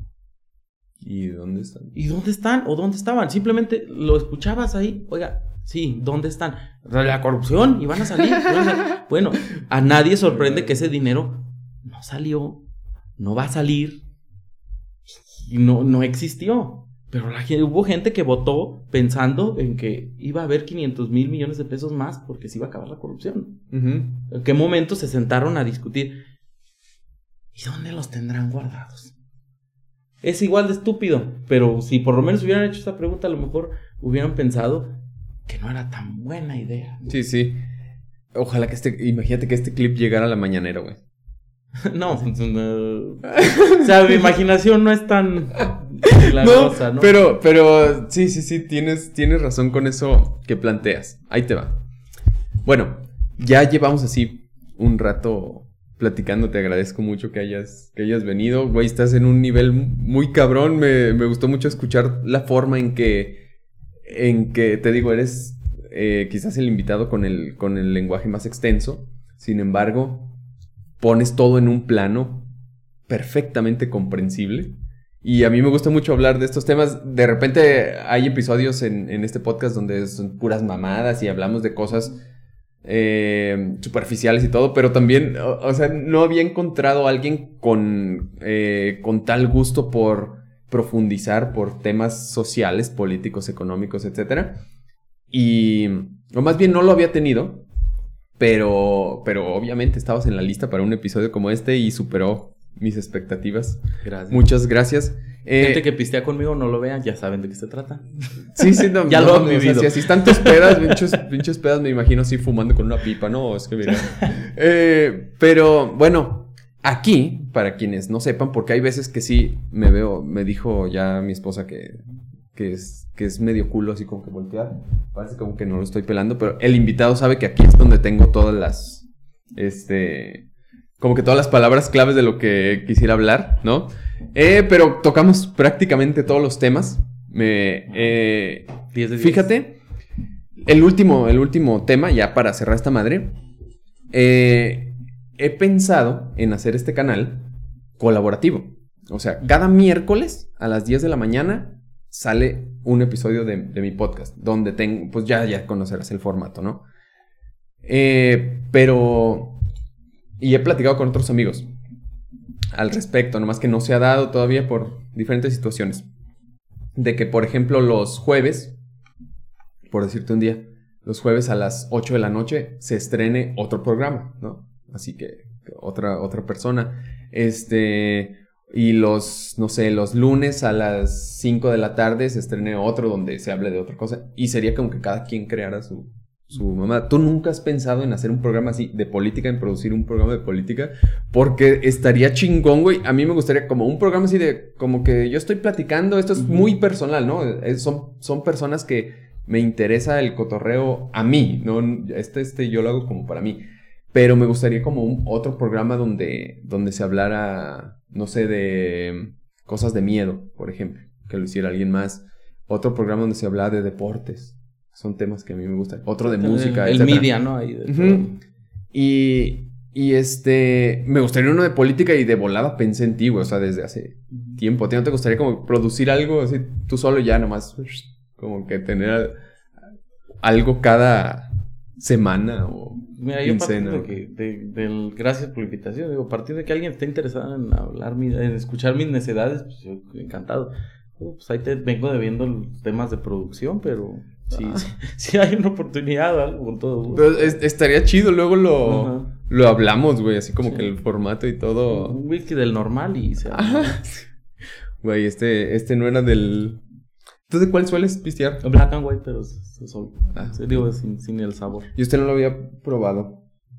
¿Y dónde están? ¿Y dónde están? ¿O dónde estaban? Simplemente lo escuchabas ahí, oiga. Sí, ¿dónde están? La corrupción, y van a salir. Van a salir. Bueno, a nadie sorprende que ese dinero no salió, no va a salir. y no, no existió. Pero la, hubo gente que votó pensando en que iba a haber quinientos mil millones de pesos más porque se iba a acabar la corrupción. Uh-huh. ¿En qué momento se sentaron a discutir? ¿Y dónde los tendrán guardados? Es igual de estúpido, pero si por lo menos hubieran hecho esta pregunta, a lo mejor hubieran pensado que no era tan buena idea. Sí, sí. Ojalá que este... Imagínate que este clip llegara a la mañanera, güey. No, no. O sea, mi imaginación no es tan glarosa, ¿no? ¿no? Pero, pero, sí, sí, sí, tienes, tienes razón con eso que planteas. Ahí te va. Bueno, ya llevamos así un rato platicando. Te agradezco mucho que hayas, que hayas venido. Güey, estás en un nivel muy cabrón. Me, me gustó mucho escuchar la forma en que, en que, te digo, eres eh, quizás el invitado con el, con el lenguaje más extenso. Sin embargo, pones todo en un plano perfectamente comprensible. Y a mí me gusta mucho hablar de estos temas. De repente hay episodios en, en este podcast donde son puras mamadas y hablamos de cosas eh, superficiales y todo. Pero también, o, o sea, no había encontrado a alguien con, eh, con tal gusto por profundizar por temas sociales, políticos, económicos, etcétera. Y, o más bien no lo había tenido. Pero, pero obviamente estabas en la lista para un episodio como este y superó mis expectativas. Gracias. Muchas gracias. Eh, Gente que pistea conmigo, no lo vean, ya saben de qué se trata. Sí, sí, no, ya no, lo han no, vivido. O sea, si están tus pedas, pinches, pinches pedas, me imagino así fumando con una pipa, ¿no? Es que mira. eh, pero, bueno, aquí, para quienes no sepan, porque hay veces que sí me veo, me dijo ya mi esposa que, que, es, que es medio culo, así como que voltear. Parece como que no lo estoy pelando, pero el invitado sabe que aquí es donde tengo todas las, este, como que todas las palabras claves de lo que quisiera hablar, ¿no? Eh, pero tocamos prácticamente todos los temas. Me, eh, diez de diez. Fíjate, el último, el último tema, ya para cerrar esta madre, eh, he pensado en hacer este canal colaborativo. O sea, cada miércoles a las diez de la mañana sale un episodio de, de mi podcast, donde tengo, pues ya, ya conocerás el formato, ¿no? Eh, pero, y he platicado con otros amigos al respecto, nomás que no se ha dado todavía por diferentes situaciones. De que, por ejemplo, los jueves, por decirte un día, los jueves a las ocho de la noche se estrene otro programa, ¿no? Así que, otra, otra persona, este... Y los, no sé, los lunes a las cinco de la tarde se estrene otro donde se hable de otra cosa. Y sería como que cada quien creara su, su mamá. ¿Tú nunca has pensado en hacer un programa así de política, en producir un programa de política? Porque estaría chingón, güey. A mí me gustaría como un programa así de, como que yo estoy platicando, esto es uh-huh. muy personal, ¿no? Es, son, son personas que me interesa el cotorreo a mí, ¿no? Este, este yo lo hago como para mí. Pero me gustaría como un otro programa donde, donde se hablara, no sé, de cosas de miedo, por ejemplo, que lo hiciera alguien más. Otro programa donde se hablara de deportes. Son temas que a mí me gustan. Otro de música, el, el etcétera. media, ¿no? Ahí de uh-huh. Y, y este, me gustaría uno de política y de volada pensé en ti, güey, o sea, desde hace uh-huh. tiempo. ¿A ti no te gustaría como producir algo así tú solo ya nomás, como que tener algo cada semana o... Mira, yo a partir de que, de, del, gracias por la invitación, digo, a partir de que alguien esté interesado en hablar, en escuchar mis necedades, pues yo encantado. Pues ahí te vengo debiendo temas de producción, pero sí, ah. sí, sí hay una oportunidad o algo con todo gusto. Pero es, estaría chido, luego lo, uh-huh. lo hablamos, güey, así como sí. que el formato y todo. Un whisky del normal y se güey, este, este no era del... ¿Tú de cuál sueles pistear? Black and white, pero solo. Ah, digo, sin, sin el sabor. Yo este no lo había probado.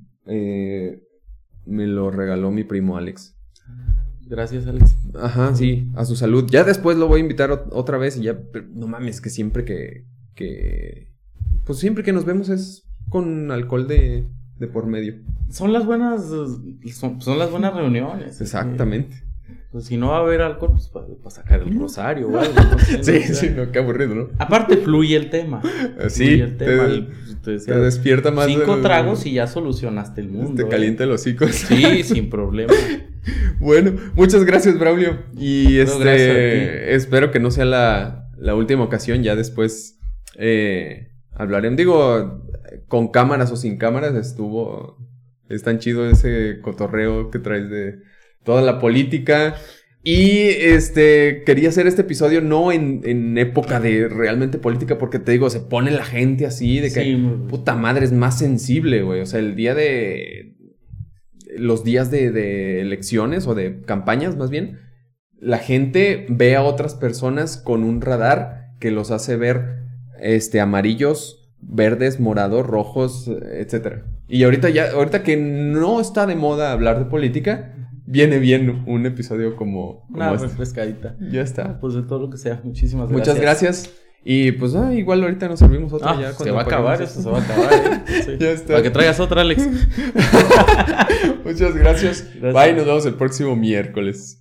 Eh, me lo regaló mi primo Alex. Gracias, Alex. Ajá, sí, a su salud. Ya después lo voy a invitar o- otra vez y ya... Pero no mames, que siempre que... que pues siempre que nos vemos es con alcohol de, de por medio. Son las buenas... Son, son las buenas reuniones. Exactamente. Eh, pues si no va a haber alcohol, pues para pa sacar el rosario o algo. No sé, sí, no, o sea, sí, no, qué aburrido, ¿no? Aparte fluye el tema. Sí, fluye el tema. te, el, te decía, te despierta más. Cinco el, tragos y ya solucionaste el mundo. Te calienta eh. el hocico. Sí, sin problema. Bueno, muchas gracias, Braulio. Y no, este espero que no sea la, la última ocasión. Ya después eh, hablaremos. Digo, con cámaras o sin cámaras estuvo... Es tan chido ese cotorreo que traes de toda la política. Y este, quería hacer este episodio no en, en época de realmente política, porque te digo, se pone la gente así de que, Sí, puta madre, es más sensible, güey. O sea, el día de... Los días de, de elecciones o de campañas, más bien, la gente ve a otras personas con un radar que los hace ver este, amarillos, verdes, morados, rojos, etcétera. Y ahorita ya, ahorita que no está de moda hablar de política... Viene bien un episodio como, como Una este. refrescadita. Ya está. Pues de todo lo que sea. Muchísimas gracias. Muchas gracias. Y pues ah, igual ahorita nos servimos otra Ah, ya. se va a acabar esto, se va a acabar. ¿eh? Sí. Ya está. Para que traigas otra, Alex. Muchas gracias. Gracias. Bye, nos vemos el próximo miércoles.